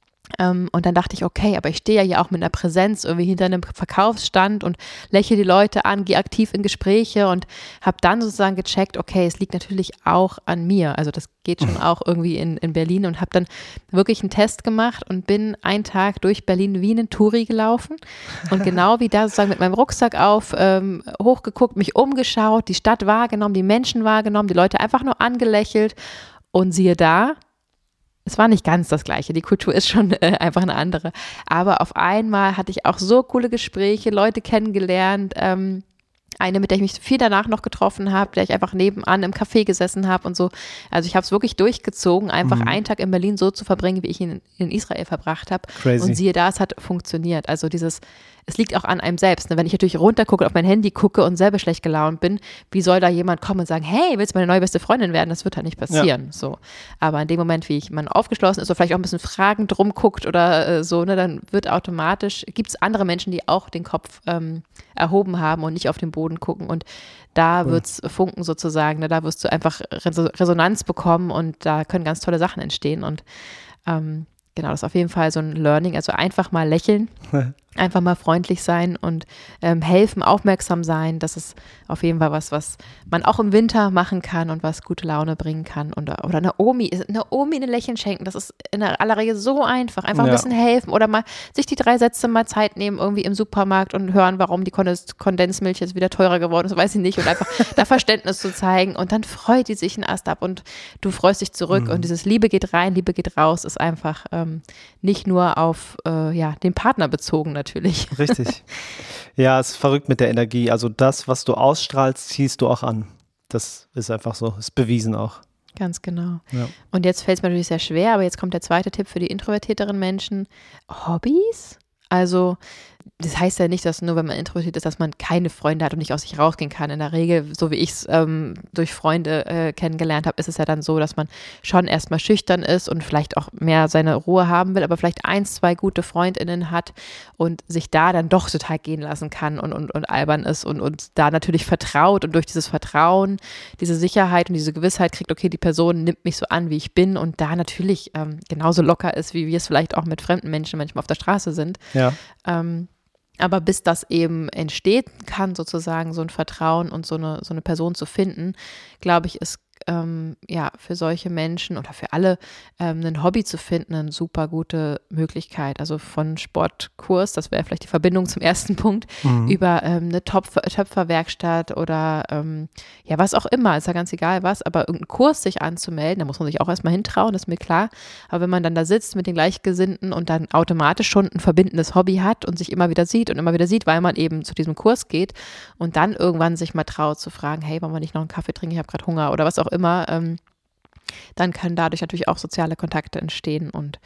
Um, und dann dachte ich, okay, aber ich stehe ja hier auch mit einer Präsenz irgendwie hinter einem Verkaufsstand und lächle die Leute an, gehe aktiv in Gespräche und habe dann sozusagen gecheckt, okay, es liegt natürlich auch an mir. Also das geht schon auch irgendwie in, in Berlin und habe dann wirklich einen Test gemacht und bin einen Tag durch Berlin wie einen Touri gelaufen und genau wie da sozusagen mit meinem Rucksack auf, ähm, hochgeguckt, mich umgeschaut, die Stadt wahrgenommen, die Menschen wahrgenommen, die Leute einfach nur angelächelt und siehe da, es war nicht ganz das Gleiche, die Kultur ist schon äh, einfach eine andere, aber auf einmal hatte ich auch so coole Gespräche, Leute kennengelernt, ähm, eine, mit der ich mich viel danach noch getroffen habe, der ich einfach nebenan im Café gesessen habe und so, also ich habe es wirklich durchgezogen, einfach mhm. einen Tag in Berlin so zu verbringen, wie ich ihn in Israel verbracht habe und siehe da, es hat funktioniert, also dieses es liegt auch an einem selbst. Ne? Wenn ich natürlich runtergucke, auf mein Handy gucke und selber schlecht gelaunt bin, wie soll da jemand kommen und sagen, hey, willst du meine neue beste Freundin werden? Das wird halt nicht passieren. Ja. So. Aber in dem Moment, wie ich man aufgeschlossen ist oder vielleicht auch ein bisschen fragend rumguckt oder äh, so, ne, dann wird automatisch, gibt es andere Menschen, die auch den Kopf ähm, erhoben haben und nicht auf den Boden gucken und da cool. wird's funken sozusagen, ne? Da wirst du einfach Resonanz bekommen und da können ganz tolle Sachen entstehen und ähm, genau, das ist auf jeden Fall so ein Learning, also einfach mal lächeln, einfach mal freundlich sein und ähm, helfen, aufmerksam sein, das ist auf jeden Fall was, was man auch im Winter machen kann und was gute Laune bringen kann und, oder eine Omi, eine Omi ein Lächeln schenken, das ist in der aller Regel so einfach, einfach ein ja. bisschen helfen oder mal sich die drei Sätze mal Zeit nehmen irgendwie im Supermarkt und hören, warum die Kondensmilch jetzt wieder teurer geworden ist, weiß ich nicht und einfach da Verständnis zu zeigen und dann freut die sich einen Ast ab und du freust dich zurück mhm. und dieses Liebe geht rein, Liebe geht raus ist einfach ähm, nicht nur auf äh, ja, den Partner bezogen natürlich. Richtig. Ja, es ist verrückt mit der Energie. Also das, was du ausstrahlst, ziehst du auch an. Das ist einfach so, ist bewiesen auch. Ganz genau. Ja. Und jetzt fällt es mir natürlich sehr schwer, aber jetzt kommt der zweite Tipp für die introvertierteren Menschen. Hobbys? Also das heißt ja nicht, dass nur wenn man introvertiert ist, dass man keine Freunde hat und nicht aus sich rausgehen kann. In der Regel, so wie ich es ähm, durch Freunde äh, kennengelernt habe, ist es ja dann so, dass man schon erstmal schüchtern ist und vielleicht auch mehr seine Ruhe haben will, aber vielleicht eins, zwei gute FreundInnen hat und sich da dann doch total gehen lassen kann und, und, und albern ist und, und da natürlich vertraut und durch dieses Vertrauen, diese Sicherheit und diese Gewissheit kriegt, okay, die Person nimmt mich so an, wie ich bin und da natürlich ähm, genauso locker ist, wie wir es vielleicht auch mit fremden Menschen manchmal auf der Straße sind. Ja. Ähm, Aber bis das eben entstehen kann, sozusagen so ein Vertrauen und so eine, so eine Person zu finden, glaube ich, ist ähm, ja, für solche Menschen oder für alle ähm, ein Hobby zu finden, eine super gute Möglichkeit. Also von Sportkurs, das wäre vielleicht die Verbindung zum ersten Punkt, mhm. über ähm, eine Topf- Töpferwerkstatt oder ähm, ja, was auch immer, ist ja ganz egal was, aber irgendeinen Kurs sich anzumelden, da muss man sich auch erstmal hintrauen, das ist mir klar. Aber wenn man dann da sitzt mit den Gleichgesinnten und dann automatisch schon ein verbindendes Hobby hat und sich immer wieder sieht und immer wieder sieht, weil man eben zu diesem Kurs geht und dann irgendwann sich mal traut zu fragen, hey, wollen wir nicht noch einen Kaffee trinken, ich habe gerade Hunger oder was auch immer, ähm, dann können dadurch natürlich auch soziale Kontakte entstehen. Und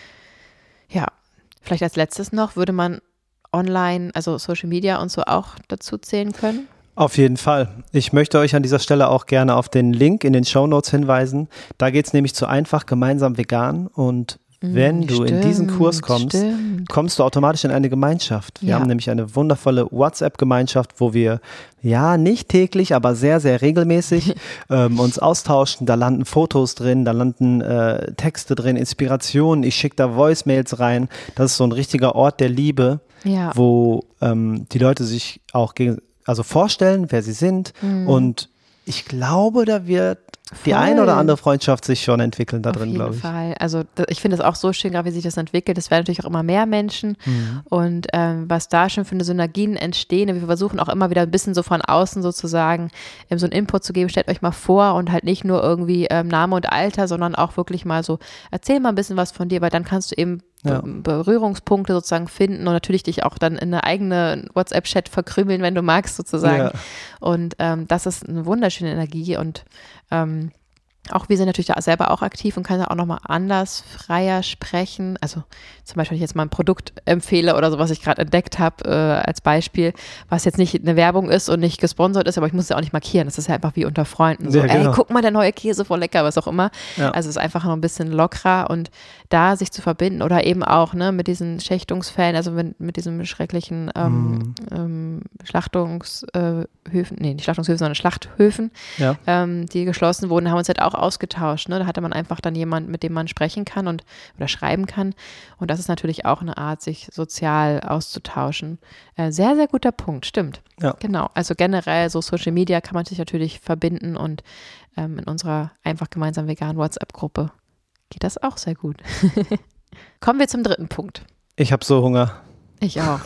ja, vielleicht als letztes noch, würde man online, also Social Media und so auch dazu zählen können? Auf jeden Fall. Ich möchte euch an dieser Stelle auch gerne auf den Link in den Shownotes hinweisen. Da geht es nämlich zu einfach gemeinsam vegan und wenn du stimmt, in diesen Kurs kommst, stimmt. kommst du automatisch in eine Gemeinschaft. Wir ja. haben nämlich eine wundervolle WhatsApp-Gemeinschaft, wo wir ja nicht täglich, aber sehr, sehr regelmäßig ähm, uns austauschen. Da landen Fotos drin, da landen äh, Texte drin, Inspirationen. Ich schicke da Voicemails rein. Das ist so ein richtiger Ort der Liebe, ja. wo ähm, die Leute sich auch gegen, also vorstellen, wer sie sind. Mhm. Und ich glaube, da wird die Voll. Eine oder andere Freundschaft sich schon entwickeln da Auf drin, glaube ich. Auf jeden Fall. Also ich finde das auch so schön, gerade wie sich das entwickelt. Es werden natürlich auch immer mehr Menschen mhm. und ähm, was da schon für eine Synergien entstehen. Wir versuchen auch immer wieder ein bisschen so von außen sozusagen ähm, so einen Input zu geben. Stellt euch mal vor und halt nicht nur irgendwie ähm, Name und Alter, sondern auch wirklich mal so, erzähl mal ein bisschen was von dir, weil dann kannst du eben ja. Berührungspunkte sozusagen finden und natürlich dich auch dann in eine eigene WhatsApp-Chat verkrümeln, wenn du magst sozusagen. Ja. Und ähm, das ist eine wunderschöne Energie und ähm, auch wir sind natürlich da selber auch aktiv und können da auch nochmal anders, freier sprechen. Also zum Beispiel, wenn ich jetzt mal ein Produkt empfehle oder so, was ich gerade entdeckt habe, äh, als Beispiel, was jetzt nicht eine Werbung ist und nicht gesponsert ist, aber ich muss es ja auch nicht markieren. Das ist ja einfach wie unter Freunden. So, ja, genau. Ey, guck mal, der neue Käse, voll lecker, was auch immer. Ja. Also es ist einfach noch ein bisschen lockerer und da sich zu verbinden oder eben auch ne, mit diesen Schächtungsfällen, also mit, mit diesem schrecklichen ähm, mm. ähm, Schlachtungshöfen, nee, nicht Schlachtungshöfen, sondern Schlachthöfen, ja. ähm, die geschlossen wurden, haben uns halt auch ausgetauscht. Ne? Da hatte man einfach dann jemanden, mit dem man sprechen kann und oder schreiben kann. Und das ist natürlich auch eine Art, sich sozial auszutauschen. Äh, sehr, sehr guter Punkt, stimmt. Ja. Genau. Also generell so Social Media kann man sich natürlich verbinden und ähm, in unserer einfach gemeinsam veganen WhatsApp-Gruppe geht das auch sehr gut. Kommen wir zum dritten Punkt. Ich habe so Hunger. Ich auch.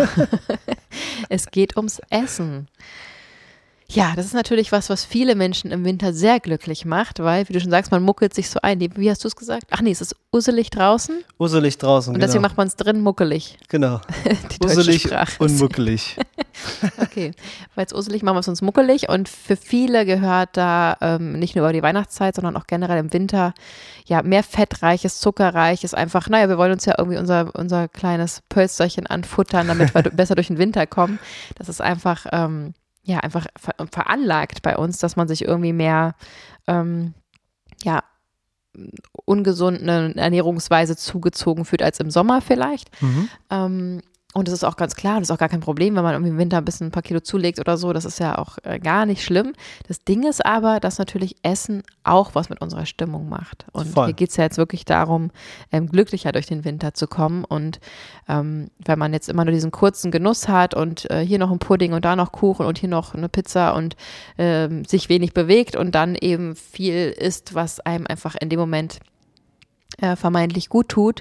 Es geht ums Essen. Ja, das ist natürlich was, was viele Menschen im Winter sehr glücklich macht, weil, wie du schon sagst, man muckelt sich so ein. Wie hast du es gesagt? Ach nee, es ist usselig draußen. Usselig draußen, Und deswegen genau. macht man es drin muckelig. Genau. Die deutsche usselig Sprache. Und muckelig. Okay, weil es usselig machen wir es uns muckelig und für viele gehört da ähm, nicht nur über die Weihnachtszeit, sondern auch generell im Winter ja mehr fettreiches, zuckerreiches, einfach, naja, wir wollen uns ja irgendwie unser, unser kleines Pölsterchen anfuttern, damit wir besser durch den Winter kommen. Das ist einfach ähm, ja, einfach ver- veranlagt bei uns, dass man sich irgendwie mehr, ähm, ja, ungesunde Ernährungsweise zugezogen fühlt als im Sommer vielleicht. Mhm. Ähm, und das ist auch ganz klar, das ist auch gar kein Problem, wenn man irgendwie im Winter ein bisschen ein paar Kilo zulegt oder so, das ist ja auch äh, gar nicht schlimm. Das Ding ist aber, dass natürlich Essen auch was mit unserer Stimmung macht. Und Voll. Hier geht es ja jetzt wirklich darum, ähm, glücklicher durch den Winter zu kommen. Und ähm, wenn man jetzt immer nur diesen kurzen Genuss hat und äh, hier noch ein Pudding und da noch Kuchen und hier noch eine Pizza und ähm, sich wenig bewegt und dann eben viel isst, was einem einfach in dem Moment äh, vermeintlich gut tut,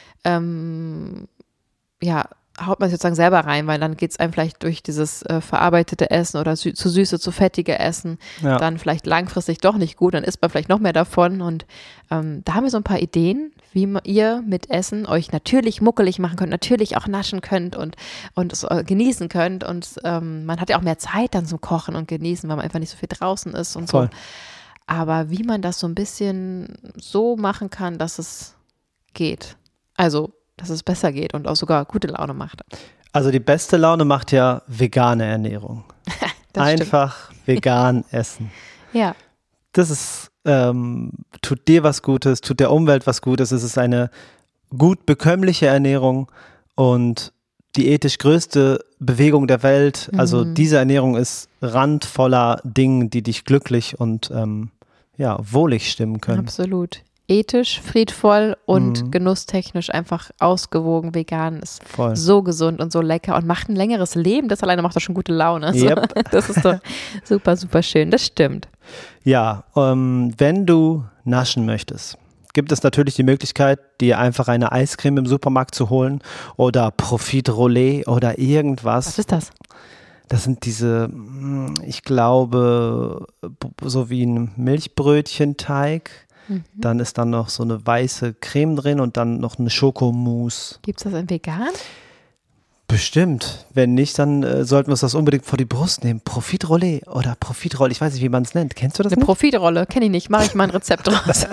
ähm, ja, haut man sich sozusagen selber rein, weil dann geht es einem vielleicht durch dieses äh, verarbeitete Essen oder sü- zu süße, zu fettige Essen ja. dann vielleicht langfristig doch nicht gut, dann isst man vielleicht noch mehr davon und ähm, da haben wir so ein paar Ideen, wie ihr mit Essen euch natürlich muckelig machen könnt, natürlich auch naschen könnt und, und es äh, genießen könnt und ähm, man hat ja auch mehr Zeit dann zum Kochen und Genießen, weil man einfach nicht so viel draußen ist und Voll. So. Aber wie man das so ein bisschen so machen kann, dass es geht. Also dass es besser geht und auch sogar gute Laune macht. Also die beste Laune macht ja vegane Ernährung. Einfach stimmt. Vegan essen. Ja. Das ist, ähm, tut dir was Gutes, tut der Umwelt was Gutes. Es ist eine gut bekömmliche Ernährung und die ethisch größte Bewegung der Welt. Mhm. Also diese Ernährung ist randvoller Dinge, die dich glücklich und ähm, ja, wohlig stimmen können. Absolut. ethisch, friedvoll und Mhm. genusstechnisch einfach ausgewogen, vegan. Ist Voll. so gesund und so lecker und macht ein längeres Leben. Das alleine macht doch schon gute Laune. Also, Yep. das ist doch super, super schön. Das stimmt. Ja, ähm, wenn du naschen möchtest, gibt es natürlich die Möglichkeit, dir einfach eine Eiscreme im Supermarkt zu holen oder Profiterolé oder irgendwas. Was ist das? Das sind diese, mm, ich glaube, b- so wie ein Milchbrötchenteig. Mhm. Dann ist dann noch so eine weiße Creme drin und dann noch eine Schokomousse. Gibt es das in vegan? Bestimmt. Wenn nicht, dann äh, sollten wir uns das unbedingt vor die Brust nehmen. Profiterolé oder Profitrolle, ich weiß nicht, wie man es nennt. Kennst du das Eine nicht? Profitrolle, kenne ich nicht. Mache ich mal ein Rezept draus.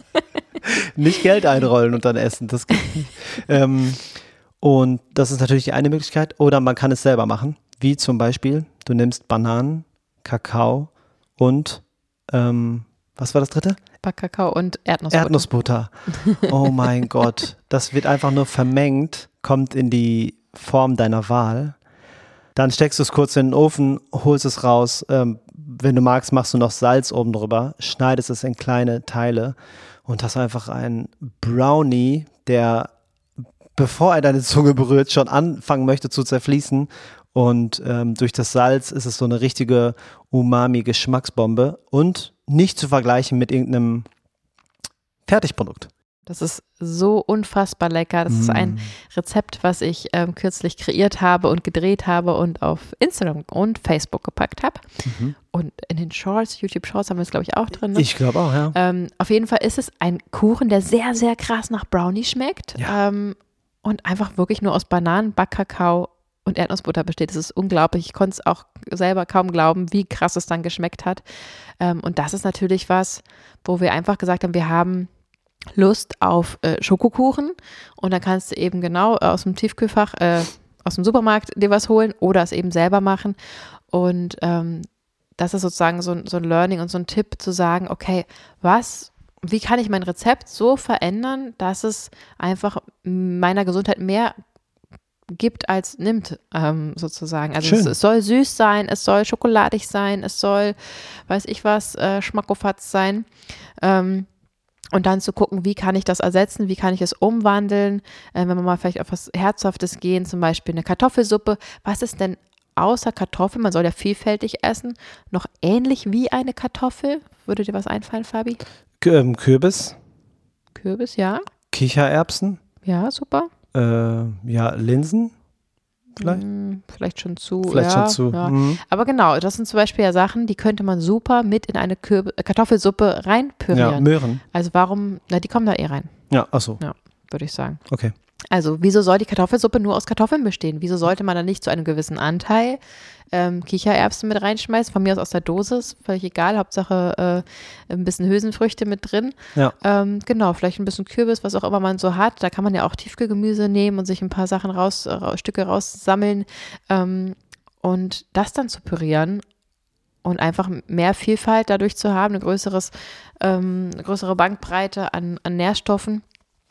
Nicht Geld einrollen und dann essen, das geht nicht. ähm, und das ist natürlich die eine Möglichkeit. Oder man kann es selber machen, wie zum Beispiel, du nimmst Bananen, Kakao und, ähm, was war das dritte? Backkakao und Erdnussbutter. Erdnussbutter. Oh mein Gott, das wird einfach nur vermengt, kommt in die Form deiner Wahl. Dann steckst du es kurz in den Ofen, holst es raus. Ähm, wenn du magst, machst du noch Salz oben drüber, schneidest es in kleine Teile und hast einfach einen Brownie, der, bevor er deine Zunge berührt, schon anfangen möchte zu zerfließen. Und ähm, durch das Salz ist es so eine richtige Umami-Geschmacksbombe und nicht zu vergleichen mit irgendeinem Fertigprodukt. Das ist so unfassbar lecker. Das mm. ist ein Rezept, was ich ähm, kürzlich kreiert habe und gedreht habe und auf Instagram und Facebook gepackt habe. Mhm. Und in den Shorts, YouTube-Shorts haben wir es, glaube ich, auch drin. Ne? Ich glaube auch, ja. Ähm, auf jeden Fall ist es ein Kuchen, der sehr, sehr krass nach Brownie schmeckt. Ja. Ähm, und einfach wirklich nur aus Bananen, Backkakao und Erdnussbutter besteht. Das ist unglaublich. Ich konnte es auch selber kaum glauben, wie krass es dann geschmeckt hat. Ähm, und das ist natürlich was, wo wir einfach gesagt haben, wir haben Lust auf äh, Schokokuchen und dann kannst du eben genau aus dem Tiefkühlfach, äh, aus dem Supermarkt dir was holen oder es eben selber machen. Und ähm, das ist sozusagen so, so ein Learning und so ein Tipp zu sagen, okay, was, wie kann ich mein Rezept so verändern, dass es einfach meiner Gesundheit mehr gibt als nimmt, ähm, sozusagen. Also es, es soll süß sein, es soll schokoladig sein, es soll, weiß ich was, äh, Schmackofatz sein. Ähm, und dann zu gucken, wie kann ich das ersetzen, wie kann ich es umwandeln, äh, wenn wir mal vielleicht auf was Herzhaftes gehen, zum Beispiel eine Kartoffelsuppe. Was ist denn außer Kartoffel, man soll ja vielfältig essen, noch ähnlich wie eine Kartoffel? Würde dir was einfallen, Fabi? K- ähm, Kürbis. Kürbis, ja. Kichererbsen. Ja, super. Äh, ja, Linsen vielleicht? Hm, vielleicht schon zu. Vielleicht ja, schon zu. Ja. Mhm. Aber genau, das sind zum Beispiel ja Sachen, die könnte man super mit in eine Kürb- Kartoffelsuppe reinpürieren. Ja, Möhren. Also warum, na, die kommen da eh rein. Ja, achso. Ja, würde ich sagen. Okay. Also, wieso soll die Kartoffelsuppe nur aus Kartoffeln bestehen? Wieso sollte man da nicht zu einem gewissen Anteil ähm, Kichererbsen mit reinschmeißen? Von mir aus aus der Dose, ist völlig egal. Hauptsache äh, ein bisschen Hülsenfrüchte mit drin. Ja. Ähm, genau, vielleicht ein bisschen Kürbis, was auch immer man so hat. Da kann man ja auch Tiefkühlgemüse nehmen und sich ein paar Sachen raus, äh, Stücke raussammeln ähm, und das dann zu pürieren und einfach mehr Vielfalt dadurch zu haben, eine, größeres, ähm, eine größere Bandbreite an, an Nährstoffen.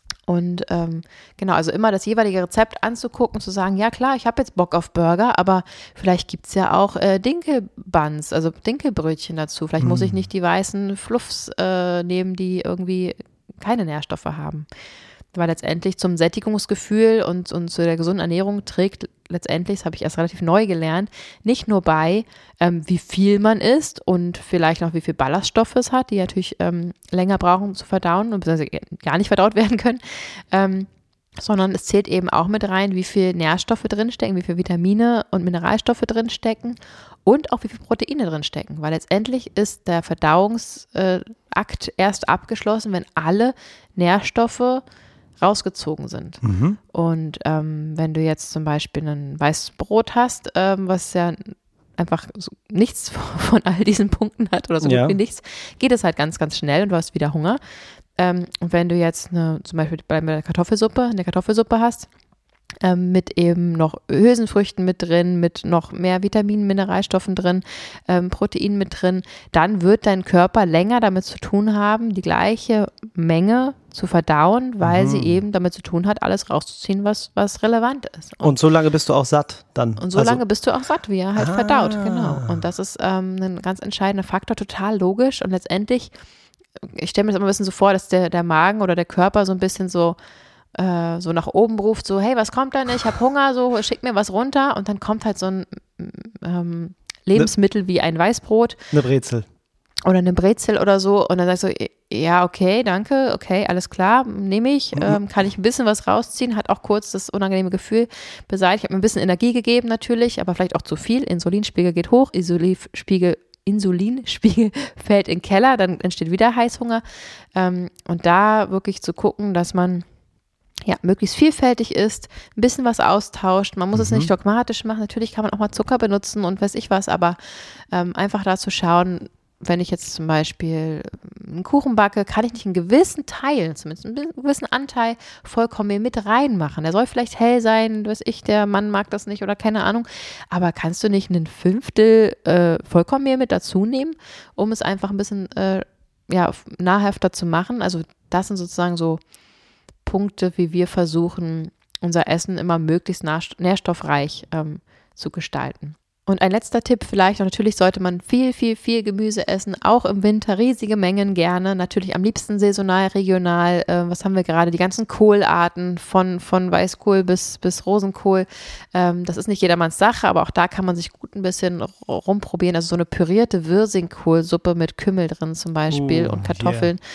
Und ähm, genau, also immer das jeweilige Rezept anzugucken, zu sagen, ja klar, ich habe jetzt Bock auf Burger, aber vielleicht gibt es ja auch äh, Dinkelbuns, also Dinkelbrötchen dazu. Vielleicht mm. muss ich nicht die weißen Fluffs äh, nehmen, die irgendwie keine Nährstoffe haben. Weil letztendlich zum Sättigungsgefühl und, und zu der gesunden Ernährung trägt letztendlich, das habe ich erst relativ neu gelernt, nicht nur bei, ähm, wie viel man isst und vielleicht noch wie viel Ballaststoffe es hat, die natürlich ähm, länger brauchen um zu verdauen und beziehungsweise gar nicht verdaut werden können, ähm, sondern es zählt eben auch mit rein, wie viel Nährstoffe drinstecken, wie viel Vitamine und Mineralstoffe drinstecken und auch wie viel Proteine drinstecken, weil letztendlich ist der Verdauungsakt äh, erst abgeschlossen, wenn alle Nährstoffe rausgezogen sind. Mhm. Und ähm, wenn du jetzt zum Beispiel ein weißes Brot hast, ähm, was ja einfach so nichts von all diesen Punkten hat oder so ja. gut wie nichts, geht es halt ganz, ganz schnell und du hast wieder Hunger. Ähm, und wenn du jetzt eine, zum Beispiel bei der Kartoffelsuppe, eine Kartoffelsuppe hast, ähm, mit eben noch Hülsenfrüchten mit drin, mit noch mehr Vitaminen, Mineralstoffen drin, ähm, Proteinen mit drin, dann wird dein Körper länger damit zu tun haben, die gleiche Menge zu verdauen, weil mhm. sie eben damit zu tun hat, alles rauszuziehen, was, was relevant ist. Und, und so lange bist du auch satt dann? Und so also, lange bist du auch satt, wie er halt ah. verdaut, genau. Und das ist ähm, ein ganz entscheidender Faktor, total logisch und letztendlich ich stelle mir das immer ein bisschen so vor, dass der, der Magen oder der Körper so ein bisschen so, äh, so nach oben ruft, so, hey, was kommt denn? Ich habe Hunger, so, schick mir was runter. Und dann kommt halt so ein ähm, Lebensmittel ne, wie ein Weißbrot. Eine Brezel. Oder eine Brezel oder so. Und dann sagst du, ja, okay, danke, okay, alles klar, nehme ich. Mhm. Ähm, kann ich ein bisschen was rausziehen, hat auch kurz das unangenehme Gefühl beseitigt. Ich habe mir ein bisschen Energie gegeben natürlich, aber vielleicht auch zu viel. Insulinspiegel geht hoch, Insulinspiegel Insulinspiegel fällt in den Keller, dann entsteht wieder Heißhunger. Ähm, und da wirklich zu gucken, dass man ja möglichst vielfältig ist, ein bisschen was austauscht. Man muss mhm. es nicht dogmatisch machen. Natürlich kann man auch mal Zucker benutzen und weiß ich was, aber ähm, einfach da zu schauen, wenn ich jetzt zum Beispiel einen Kuchen backe, kann ich nicht einen gewissen Teil, zumindest einen gewissen Anteil Vollkornmehl mit reinmachen. Der soll vielleicht hell sein, weiß ich, der Mann mag das nicht oder keine Ahnung. Aber kannst du nicht ein Fünftel äh, Vollkornmehl mit dazu nehmen, um es einfach ein bisschen äh, ja, nahrhafter zu machen? Also das sind sozusagen so Punkte, wie wir versuchen, unser Essen immer möglichst nährstoffreich ähm, zu gestalten. Und ein letzter Tipp vielleicht, und natürlich sollte man viel, viel, viel Gemüse essen, auch im Winter, riesige Mengen gerne, natürlich am liebsten saisonal, regional, äh, was haben wir gerade, die ganzen Kohlarten von, von Weißkohl bis, bis Rosenkohl, ähm, das ist nicht jedermanns Sache, aber auch da kann man sich gut ein bisschen rumprobieren, also so eine pürierte Wirsingkohlsuppe mit Kümmel drin zum Beispiel uh, und Kartoffeln. Yeah.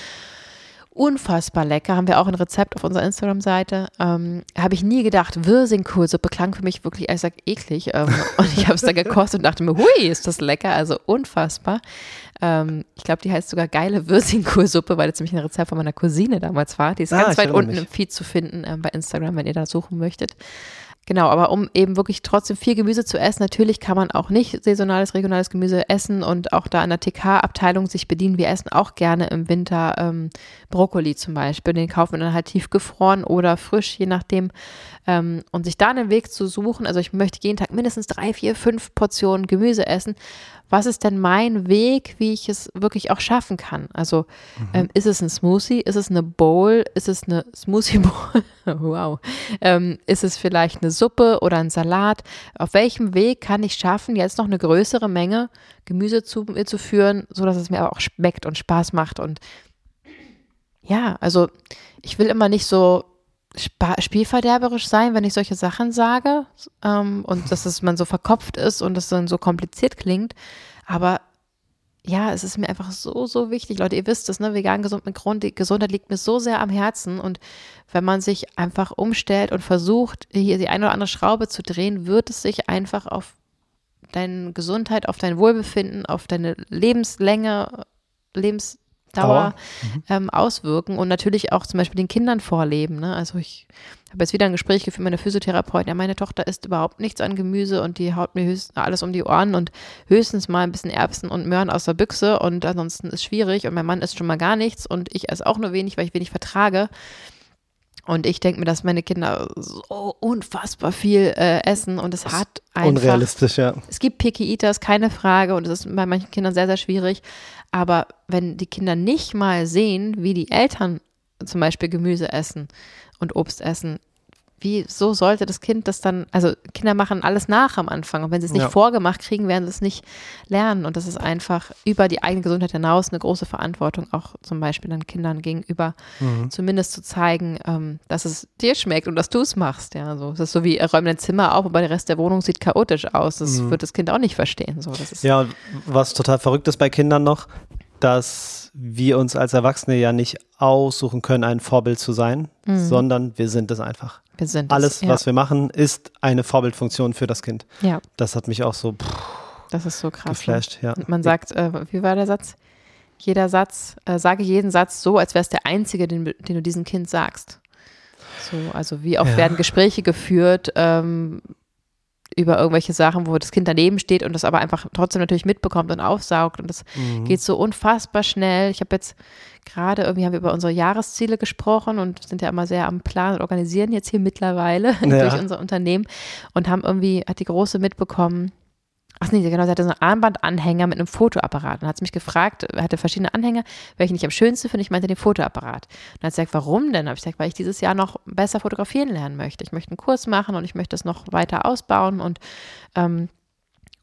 Unfassbar lecker, haben wir auch ein Rezept auf unserer Instagram-Seite. Ähm, habe ich nie gedacht, Wirsingkohlsuppe klang für mich wirklich, ich sag, eklig. Ähm, und ich habe es dann gekostet und dachte mir, hui, ist das lecker, also unfassbar. Ähm, ich glaube, die heißt sogar geile Wirsingkohlsuppe, weil das nämlich ein Rezept von meiner Cousine damals war. Die ist ah, ganz weit unten mich. im Feed zu finden ähm, bei Instagram, wenn ihr da suchen möchtet. Genau, aber um eben wirklich trotzdem viel Gemüse zu essen, natürlich kann man auch nicht saisonales, regionales Gemüse essen und auch da in der T K-Abteilung sich bedienen. Wir essen auch gerne im Winter ähm, Brokkoli zum Beispiel. Den kaufen wir dann halt tiefgefroren oder frisch, je nachdem. Ähm, und sich da einen Weg zu suchen, also ich möchte jeden Tag mindestens drei, vier, fünf Portionen Gemüse essen. Was ist denn mein Weg, wie ich es wirklich auch schaffen kann? Also mhm. ähm, ist es ein Smoothie? Ist es eine Bowl? Ist es eine Smoothie Bowl? Wow. Ähm, ist es vielleicht eine Suppe oder ein Salat? Auf welchem Weg kann ich schaffen, jetzt noch eine größere Menge Gemüse zu mir zu führen, sodass es mir aber auch schmeckt und Spaß macht? Und ja, also ich will immer nicht so Sp- spielverderberisch sein, wenn ich solche Sachen sage ähm, und dass es man so verkopft ist und es dann so kompliziert klingt, aber ja, es ist mir einfach so, so wichtig, Leute, ihr wisst es, ne, vegan gesund mit Grund, die Gesundheit liegt mir so sehr am Herzen und wenn man sich einfach umstellt und versucht, hier die eine oder andere Schraube zu drehen, wird es sich einfach auf deine Gesundheit, auf dein Wohlbefinden, auf deine Lebenslänge, Lebens Dauer mhm. ähm, auswirken und natürlich auch zum Beispiel den Kindern vorleben. Ne? Also ich habe jetzt wieder ein Gespräch geführt mit einer Physiotherapeutin, ja, meine Tochter isst überhaupt nichts an Gemüse und die haut mir höchstens alles um die Ohren und höchstens mal ein bisschen Erbsen und Möhren aus der Büchse und ansonsten ist schwierig und mein Mann isst schon mal gar nichts und ich esse auch nur wenig, weil ich wenig vertrage. Und ich denke mir, dass meine Kinder so unfassbar viel äh, essen und es hat einfach… Unrealistisch, ja. Es gibt Picky Eaters, keine Frage und es ist bei manchen Kindern sehr, sehr schwierig. Aber wenn die Kinder nicht mal sehen, wie die Eltern zum Beispiel Gemüse essen und Obst essen, wieso sollte das Kind das dann, also Kinder machen alles nach am Anfang und wenn sie es nicht ja. vorgemacht kriegen, werden sie es nicht lernen und das ist einfach über die eigene Gesundheit hinaus eine große Verantwortung, auch zum Beispiel dann Kindern gegenüber, mhm. zumindest zu zeigen, ähm, dass es dir schmeckt und dass du es machst, ja, so. Es ist so wie, räum dein Zimmer auf, aber der Rest der Wohnung sieht chaotisch aus, das mhm. wird das Kind auch nicht verstehen, so. Das ist ja, und was total verrückt ist bei Kindern noch, dass wir uns als Erwachsene ja nicht aussuchen können, ein Vorbild zu sein, mhm. sondern wir sind es einfach. Wir sind Alles, es, ja. was wir machen, ist eine Vorbildfunktion für das Kind. Ja. Das hat mich auch so pff, das ist so krass. geflasht. Ja. Man sagt, äh, wie war der Satz? Jeder Satz, äh, sage jeden Satz so, als wäre es der einzige, den, den du diesem Kind sagst. So, also wie oft ja. werden Gespräche geführt, ähm, über irgendwelche Sachen, wo das Kind daneben steht und das aber einfach trotzdem natürlich mitbekommt und aufsaugt und das mhm. geht so unfassbar schnell. Ich habe jetzt gerade irgendwie haben wir über unsere Jahresziele gesprochen und sind ja immer sehr am Plan und organisieren jetzt hier mittlerweile ja. durch unser Unternehmen und haben irgendwie, hat die Große mitbekommen, ach nee, genau, sie hatte so einen Armbandanhänger mit einem Fotoapparat und hat mich gefragt, er hatte verschiedene Anhänger, welchen ich am schönsten finde, ich meinte den Fotoapparat. Und dann hat sie gesagt, warum denn? Habe ich gesagt, weil ich dieses Jahr noch besser fotografieren lernen möchte. Ich möchte einen Kurs machen und ich möchte es noch weiter ausbauen und ähm,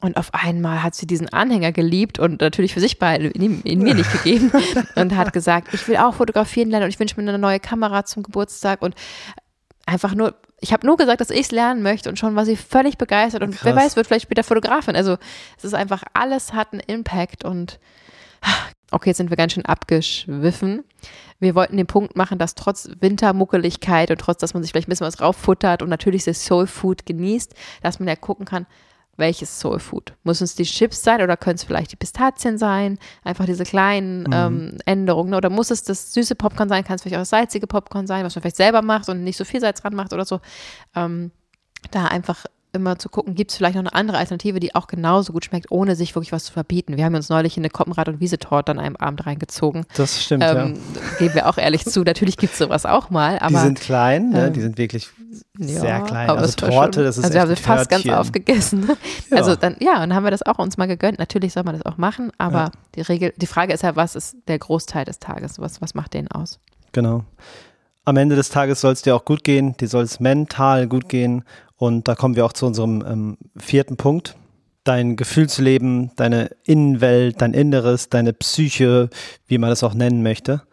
Und auf einmal hat sie diesen Anhänger geliebt und natürlich für sich behalten, in, in mir nicht gegeben und hat gesagt, ich will auch fotografieren lernen und ich wünsche mir eine neue Kamera zum Geburtstag und einfach nur, ich habe nur gesagt, dass ich es lernen möchte und schon war sie völlig begeistert und Krass. Wer weiß, wird vielleicht später Fotografin. Also es ist einfach, alles hat einen Impact und okay, jetzt sind wir ganz schön abgeschwiffen. Wir wollten den Punkt machen, dass trotz Wintermuckeligkeit und trotz, dass man sich vielleicht ein bisschen was rauffuttert und natürlich das Soul Food genießt, dass man ja gucken kann, welches Soul Food? Muss es die Chips sein oder können es vielleicht die Pistazien sein? Einfach diese kleinen mhm. ähm, Änderungen. Oder muss es das süße Popcorn sein? Kann es vielleicht auch das salzige Popcorn sein, was man vielleicht selber macht und nicht so viel Salz dran macht oder so. Ähm, da einfach immer zu gucken, gibt es vielleicht noch eine andere Alternative, die auch genauso gut schmeckt, ohne sich wirklich was zu verbieten. Wir haben uns neulich in eine Koppenrad- und Wiesetorte an einem Abend reingezogen. Das stimmt, ähm, ja. Geben wir auch ehrlich zu. Natürlich gibt es sowas auch mal. Aber, die sind klein, ne? ähm, die sind wirklich ja, sehr klein. Aber also Torte, schon, das ist also echt wir haben sie fast ganz aufgegessen. Ja. Also dann, ja, und dann haben wir das auch uns mal gegönnt. Natürlich soll man das auch machen, aber ja. die Regel, die Frage ist ja, was ist der Großteil des Tages? Was, was macht den aus? Genau. Am Ende des Tages soll es dir auch gut gehen, dir soll es mental gut gehen und da kommen wir auch zu unserem ähm, vierten Punkt. Dein Gefühlsleben, deine Innenwelt, dein Inneres, deine Psyche, wie man es auch nennen möchte.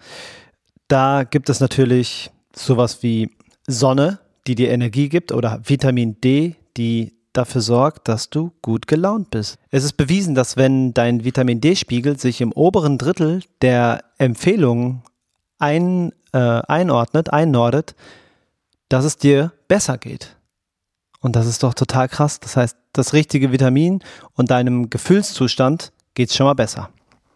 Da gibt es natürlich sowas wie Sonne, die dir Energie gibt oder Vitamin D, die dafür sorgt, dass du gut gelaunt bist. Es ist bewiesen, dass wenn dein Vitamin D-Spiegel sich im oberen Drittel der Empfehlungen ein Äh, einordnet, einnordet, dass es dir besser geht. Und das ist doch total krass. Das heißt, das richtige Vitamin und deinem Gefühlszustand geht es schon mal besser.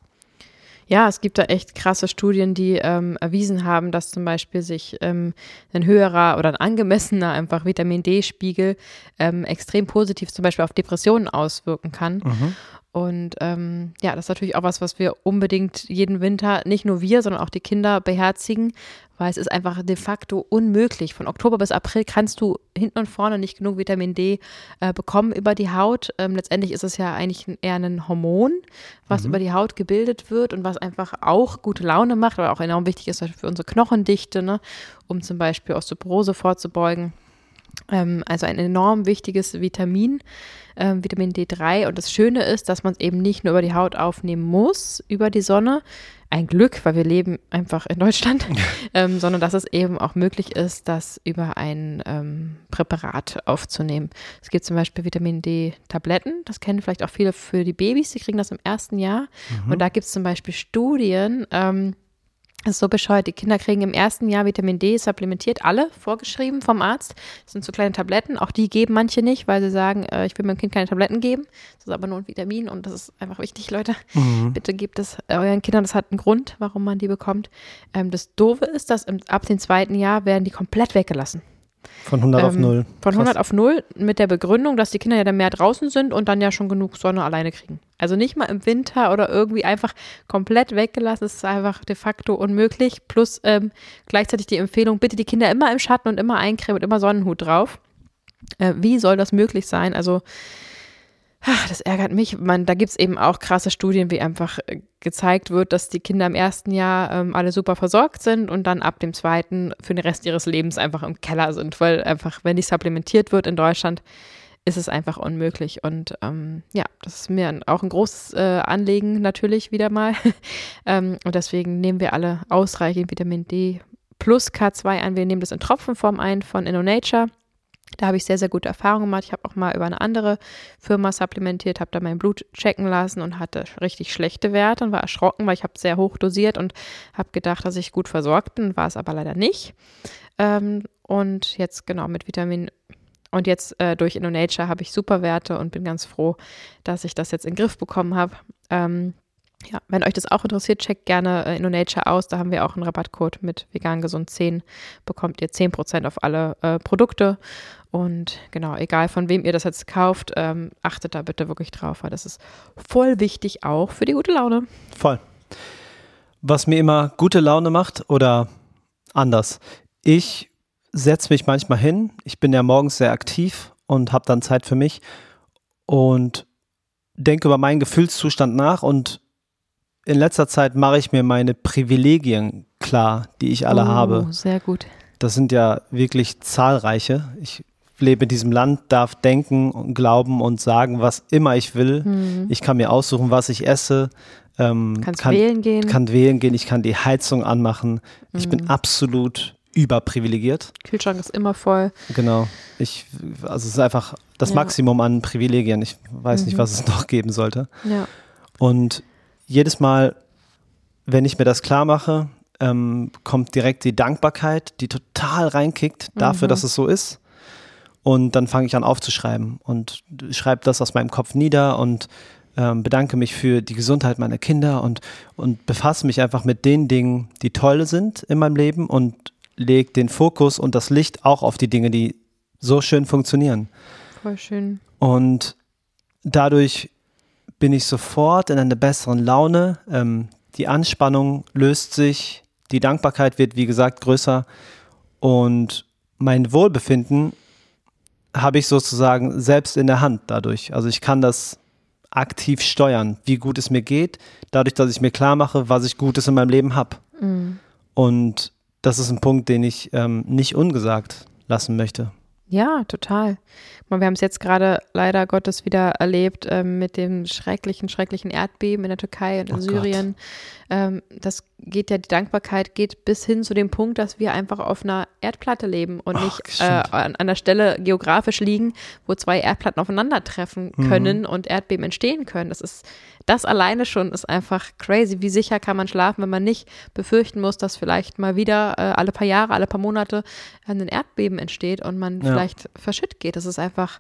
Ja, es gibt da echt krasse Studien, die ähm, erwiesen haben, dass zum Beispiel sich ähm, ein höherer oder ein angemessener einfach Vitamin D-Spiegel ähm, extrem positiv zum Beispiel auf Depressionen auswirken kann. Mhm. Und ähm, ja, das ist natürlich auch was, was wir unbedingt jeden Winter, nicht nur wir, sondern auch die Kinder beherzigen, weil es ist einfach de facto unmöglich. Von Oktober bis April kannst du hinten und vorne nicht genug Vitamin D äh, bekommen über die Haut. Ähm, letztendlich ist es ja eigentlich eher ein Hormon, was mhm. über die Haut gebildet wird und was einfach auch gute Laune macht, aber auch enorm wichtig ist für unsere Knochendichte, ne, um zum Beispiel Osteoporose vorzubeugen. Ähm, also ein enorm wichtiges Vitamin, ähm, Vitamin D drei. Und das Schöne ist, dass man es eben nicht nur über die Haut aufnehmen muss, über die Sonne. Ein Glück, weil wir leben einfach in Deutschland, ähm, sondern dass es eben auch möglich ist, das über ein ähm, Präparat aufzunehmen. Es gibt zum Beispiel Vitamin D-Tabletten, das kennen vielleicht auch viele für die Babys, die kriegen das im ersten Jahr. Mhm. Und da gibt es zum Beispiel Studien, ähm, das ist so bescheuert. Die Kinder kriegen im ersten Jahr Vitamin D supplementiert, alle vorgeschrieben vom Arzt. Das sind so kleine Tabletten. Auch die geben manche nicht, weil sie sagen, äh, ich will meinem Kind keine Tabletten geben. Das ist aber nur ein Vitamin und das ist einfach wichtig, Leute. Mhm. Bitte gebt es euren Kindern. Das hat einen Grund, warum man die bekommt. Ähm, das Doofe ist, dass im, ab dem zweiten Jahr werden die komplett weggelassen. Von hundert ähm, auf null. Von hundert auf null mit der Begründung, dass die Kinder ja dann mehr draußen sind und dann ja schon genug Sonne alleine kriegen. Also nicht mal im Winter oder irgendwie einfach komplett weggelassen. Das ist einfach de facto unmöglich. Plus ähm, gleichzeitig die Empfehlung, bitte die Kinder immer im Schatten und immer eincremen und immer Sonnenhut drauf. Äh, wie soll das möglich sein? Also ach, das ärgert mich. Man, da gibt es eben auch krasse Studien, wie einfach äh, gezeigt wird, dass die Kinder im ersten Jahr ähm, alle super versorgt sind und dann ab dem zweiten für den Rest ihres Lebens einfach im Keller sind, weil einfach, wenn die supplementiert wird in Deutschland, ist es einfach unmöglich. Und ähm, ja, das ist mir auch ein großes äh, Anliegen natürlich wieder mal. ähm, und deswegen nehmen wir alle ausreichend Vitamin D plus K zwei ein. Wir nehmen das in Tropfenform ein von InnoNature. Da habe ich sehr, sehr gute Erfahrungen gemacht. Ich habe auch mal über eine andere Firma supplementiert, habe da mein Blut checken lassen und hatte richtig schlechte Werte und war erschrocken, weil ich habe sehr hoch dosiert und habe gedacht, dass ich gut versorgt bin, war es aber leider nicht. Ähm, und jetzt genau mit Vitamin und jetzt äh, durch InnoNature habe ich super Werte und bin ganz froh, dass ich das jetzt in den Griff bekommen habe. Ähm, Ja, wenn euch das auch interessiert, checkt gerne äh, InnoNature aus. Da haben wir auch einen Rabattcode mit vegan gesund zehn. Bekommt ihr zehn Prozent auf alle äh, Produkte. Und genau, egal von wem ihr das jetzt kauft, ähm, achtet da bitte wirklich drauf, weil das ist voll wichtig auch für die gute Laune. Voll. Was mir immer gute Laune macht oder anders. Ich setze mich manchmal hin. Ich bin ja morgens sehr aktiv und habe dann Zeit für mich und denke über meinen Gefühlszustand nach und in letzter Zeit mache ich mir meine Privilegien klar, die ich alle oh, habe. Sehr gut. Das sind ja wirklich zahlreiche. Ich lebe in diesem Land, darf denken und glauben und sagen, was immer ich will. Mhm. Ich kann mir aussuchen, was ich esse. Ähm, Kannst kann, wählen gehen. Kann wählen gehen, ich kann die Heizung anmachen. Mhm. Ich bin absolut überprivilegiert. Kühlschrank ist immer voll. Genau. Ich, also es ist einfach das ja. Maximum an Privilegien. Ich weiß mhm. nicht, was es noch geben sollte. Ja. Und jedes Mal, wenn ich mir das klar mache, ähm, kommt direkt die Dankbarkeit, die total reinkickt dafür, mhm. dass es so ist. Und dann fange ich an aufzuschreiben und schreibe das aus meinem Kopf nieder und ähm, bedanke mich für die Gesundheit meiner Kinder und, und befasse mich einfach mit den Dingen, die toll sind in meinem Leben und lege den Fokus und das Licht auch auf die Dinge, die so schön funktionieren. Voll schön. Und dadurch bin ich sofort in einer besseren Laune. Ähm, die Anspannung löst sich, die Dankbarkeit wird, wie gesagt, größer und mein Wohlbefinden habe ich sozusagen selbst in der Hand dadurch. Also ich kann das aktiv steuern, wie gut es mir geht, dadurch, dass ich mir klar mache, was ich Gutes in meinem Leben habe. Mhm. Und das ist ein Punkt, den ich ähm, nicht ungesagt lassen möchte. Ja, total. Wir haben es jetzt gerade leider Gottes wieder erlebt ähm, mit dem schrecklichen, schrecklichen Erdbeben in der Türkei und in oh Syrien. Ähm, das geht ja, die Dankbarkeit geht bis hin zu dem Punkt, dass wir einfach auf einer Erdplatte leben und nicht oh, äh, an, an der Stelle geografisch liegen, wo zwei Erdplatten aufeinandertreffen können mhm. und Erdbeben entstehen können. Das ist, das alleine schon ist einfach crazy. Wie sicher kann man schlafen, wenn man nicht befürchten muss, dass vielleicht mal wieder äh, alle paar Jahre, alle paar Monate ein Erdbeben entsteht und man ja. vielleicht verschütt geht. Das ist einfach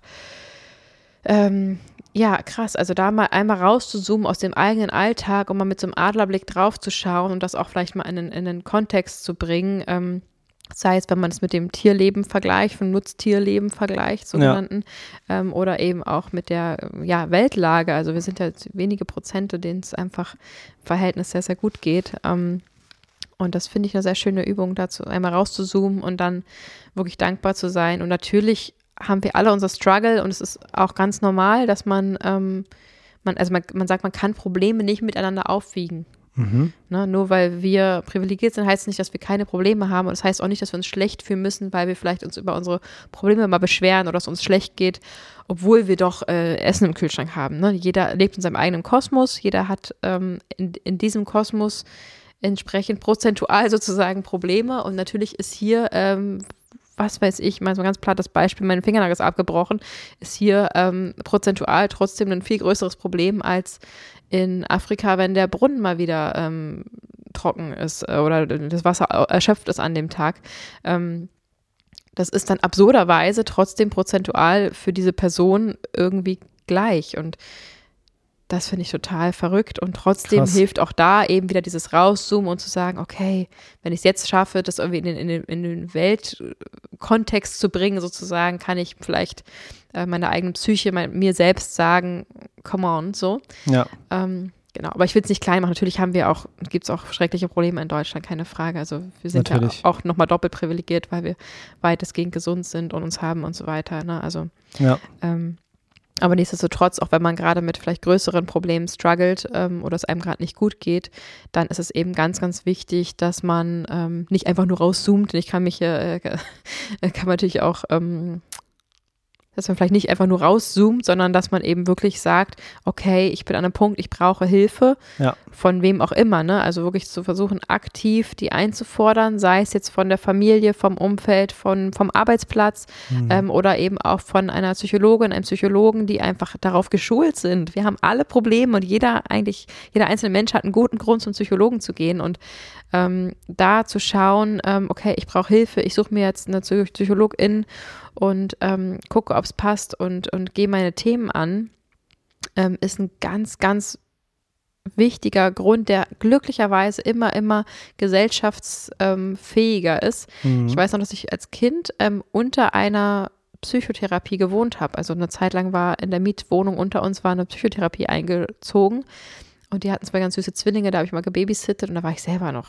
ähm, ja, krass. Also da mal einmal rauszuzoomen aus dem eigenen Alltag und mal mit so einem Adlerblick drauf zu schauen und das auch vielleicht mal in, in einen Kontext zu bringen, ähm, sei es, wenn man es mit dem Tierleben vergleicht, vom Nutztierleben vergleicht, sogenannten, ja. ähm, oder eben auch mit der ja, Weltlage. Also wir sind ja wenige Prozente, denen es einfach im Verhältnis sehr, sehr gut geht. Ähm, und das finde ich eine sehr schöne Übung, dazu einmal rauszuzoomen und dann wirklich dankbar zu sein. Und natürlich haben wir alle unser Struggle und es ist auch ganz normal, dass man, ähm, man also man, man sagt, man kann Probleme nicht miteinander aufwiegen. Mhm. Ne, nur weil wir privilegiert sind, heißt es nicht, dass wir keine Probleme haben und es das heißt auch nicht, dass wir uns schlecht fühlen müssen, weil wir vielleicht uns über unsere Probleme mal beschweren oder es uns schlecht geht, obwohl wir doch äh, Essen im Kühlschrank haben. Ne? Jeder lebt in seinem eigenen Kosmos, jeder hat ähm, in, in diesem Kosmos entsprechend prozentual sozusagen Probleme und natürlich ist hier ähm, was weiß ich, mal so ein ganz plattes Beispiel, mein Fingernagel ist abgebrochen, ist hier ähm, prozentual trotzdem ein viel größeres Problem als in Afrika, wenn der Brunnen mal wieder ähm, trocken ist äh, oder das Wasser erschöpft ist an dem Tag. Ähm, das ist dann absurderweise trotzdem prozentual für diese Person irgendwie gleich und das finde ich total verrückt und trotzdem Krass. Hilft auch da eben wieder dieses Rauszoomen und zu sagen, okay, wenn ich es jetzt schaffe, das irgendwie in den, in den, in den Weltkontext zu bringen sozusagen, kann ich vielleicht äh, meiner eigenen Psyche, mein, mir selbst sagen, come on, so. Ja. Ähm, genau, aber ich will es nicht klein machen. Natürlich haben wir auch, gibt es auch schreckliche Probleme in Deutschland, keine Frage. Also wir sind Natürlich. ja auch nochmal doppelt privilegiert, weil wir weitestgehend gesund sind und uns haben und so weiter. Ne? Also ja. ähm, aber nichtsdestotrotz, auch wenn man gerade mit vielleicht größeren Problemen struggelt ähm, oder es einem gerade nicht gut geht, dann ist es eben ganz, ganz wichtig, dass man ähm, nicht einfach nur rauszoomt. Und ich kann mich, äh, kann man natürlich auch, ähm, dass man vielleicht nicht einfach nur rauszoomt, sondern dass man eben wirklich sagt, okay, ich bin an einem Punkt, ich brauche Hilfe, ja. von wem auch immer, ne? Also wirklich zu versuchen, aktiv die einzufordern, sei es jetzt von der Familie, vom Umfeld, von, vom Arbeitsplatz mhm. ähm, oder eben auch von einer Psychologin, einem Psychologen, die einfach darauf geschult sind. Wir haben alle Probleme und jeder eigentlich, jeder einzelne Mensch hat einen guten Grund, zum Psychologen zu gehen und ähm, da zu schauen, ähm, okay, ich brauche Hilfe, ich suche mir jetzt eine Psychologin und ähm, gucke, ob es passt und, und gehe meine Themen an, ähm, ist ein ganz, ganz wichtiger Grund, der glücklicherweise immer, immer gesellschaftsfähiger ähm, ist. Mhm. Ich weiß noch, dass ich als Kind ähm, unter einer Psychotherapie gewohnt habe. Also eine Zeit lang war in der Mietwohnung unter uns war eine Psychotherapie eingezogen und die hatten zwei ganz süße Zwillinge, da habe ich mal gebabysittet und da war ich selber noch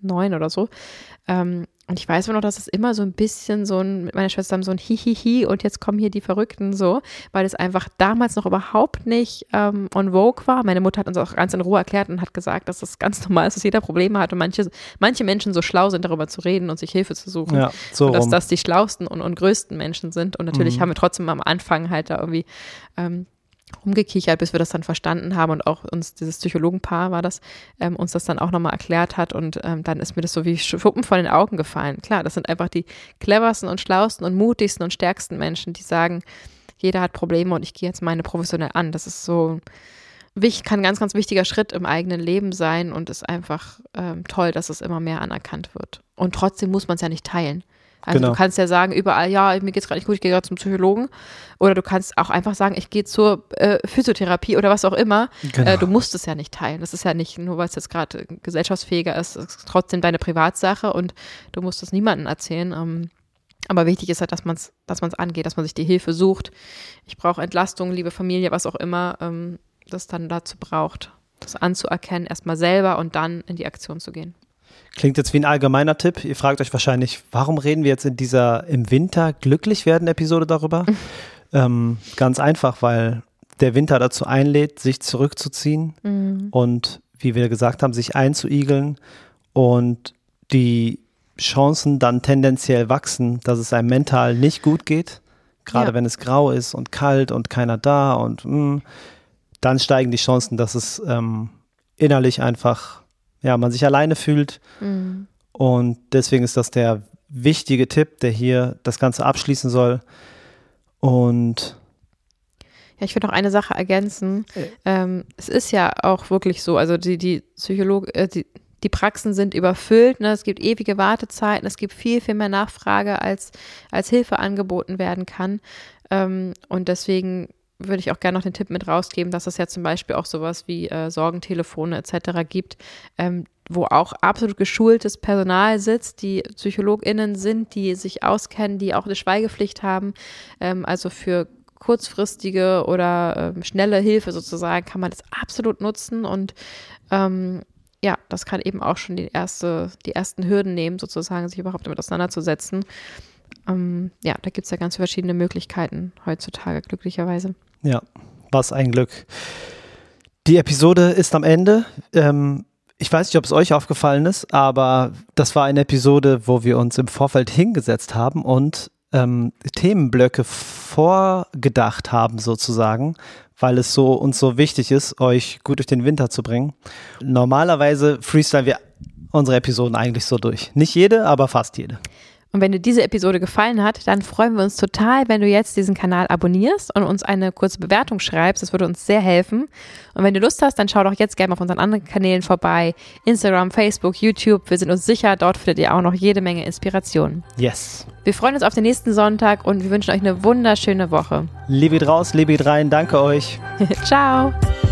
neun oder so. Ähm, und ich weiß nur noch, dass es immer so ein bisschen so ein, mit meiner Schwester so ein Hihihi und jetzt kommen hier die Verrückten so, weil es einfach damals noch überhaupt nicht ähm, on vogue war. Meine Mutter hat uns auch ganz in Ruhe erklärt und hat gesagt, dass das ganz normal ist, dass jeder Probleme hat und manche, manche Menschen so schlau sind, darüber zu reden und sich Hilfe zu suchen. Ja, so und dass rum. das die schlausten und, und größten Menschen sind. Und natürlich Mhm. haben wir trotzdem am Anfang halt da irgendwie ähm, rumgekichert, bis wir das dann verstanden haben und auch uns, dieses Psychologenpaar war das, ähm, uns das dann auch nochmal erklärt hat und ähm, dann ist mir das so wie Schuppen von den Augen gefallen. Klar, das sind einfach die cleversten und schlausten und mutigsten und stärksten Menschen, die sagen, jeder hat Probleme und ich gehe jetzt meine professionell an. Das ist so, kann ein ganz, ganz wichtiger Schritt im eigenen Leben sein und ist einfach ähm, toll, dass es immer mehr anerkannt wird. Und trotzdem muss man es ja nicht teilen. Also Genau. Du kannst ja sagen, überall, ja, mir geht's gerade nicht gut, ich gehe gerade zum Psychologen. Oder du kannst auch einfach sagen, ich gehe zur äh, Physiotherapie oder was auch immer. Genau. Äh, du musst es ja nicht teilen. Das ist ja nicht, nur weil es jetzt gerade gesellschaftsfähiger ist, es ist trotzdem deine Privatsache und du musst es niemandem erzählen. Ähm, aber wichtig ist halt, dass man es dass man's angeht, dass man sich die Hilfe sucht. Ich brauche Entlastung, liebe Familie, was auch immer ähm, das dann dazu braucht, das anzuerkennen, erstmal selber und dann in die Aktion zu gehen. Klingt jetzt wie ein allgemeiner Tipp. Ihr fragt euch wahrscheinlich, warum reden wir jetzt in dieser im Winter glücklich werden Episode darüber? ähm, ganz einfach, weil der Winter dazu einlädt, sich zurückzuziehen Mhm. und, wie wir gesagt haben, sich einzuigeln und die Chancen dann tendenziell wachsen, dass es einem mental nicht gut geht, gerade Ja. wenn es grau ist und kalt und keiner da und mh, dann steigen die Chancen, dass es ähm, innerlich einfach ja, man sich alleine fühlt Mhm. und deswegen ist das der wichtige Tipp, der hier das Ganze abschließen soll. Und Ja, ich würde noch eine Sache ergänzen. Äh. Ähm, es ist ja auch wirklich so, also die, die Psychologe, äh, die, die Praxen sind überfüllt, ne? Es gibt ewige Wartezeiten, es gibt viel, viel mehr Nachfrage, als, als Hilfe angeboten werden kann. Ähm, und deswegen würde ich auch gerne noch den Tipp mit rausgeben, dass es ja zum Beispiel auch sowas wie äh, Sorgentelefone et cetera gibt, ähm, wo auch absolut geschultes Personal sitzt, die PsychologInnen sind, die sich auskennen, die auch eine Schweigepflicht haben. Ähm, also für kurzfristige oder ähm, schnelle Hilfe sozusagen kann man das absolut nutzen und ähm, ja, das kann eben auch schon die erste, die ersten Hürden nehmen, sozusagen, sich überhaupt damit auseinanderzusetzen. Ähm, ja, da gibt es ja ganz verschiedene Möglichkeiten heutzutage, glücklicherweise. ja, was ein Glück. Die Episode ist am Ende. Ähm, ich weiß nicht, ob es euch aufgefallen ist, aber das war eine Episode, wo wir uns im Vorfeld hingesetzt haben und ähm, Themenblöcke vorgedacht haben sozusagen, weil es so uns so wichtig ist, euch gut durch den Winter zu bringen. Normalerweise freestylen wir unsere Episoden eigentlich so durch. Nicht jede, aber fast jede. Und wenn dir diese Episode gefallen hat, dann freuen wir uns total, wenn du jetzt diesen Kanal abonnierst und uns eine kurze Bewertung schreibst. Das würde uns sehr helfen. Und wenn du Lust hast, dann schau doch jetzt gerne auf unseren anderen Kanälen vorbei. Instagram, Facebook, YouTube. Wir sind uns sicher, dort findet ihr auch noch jede Menge Inspiration. Yes. Wir freuen uns auf den nächsten Sonntag und wir wünschen euch eine wunderschöne Woche. Liebe draus, liebe rein, danke euch. Ciao.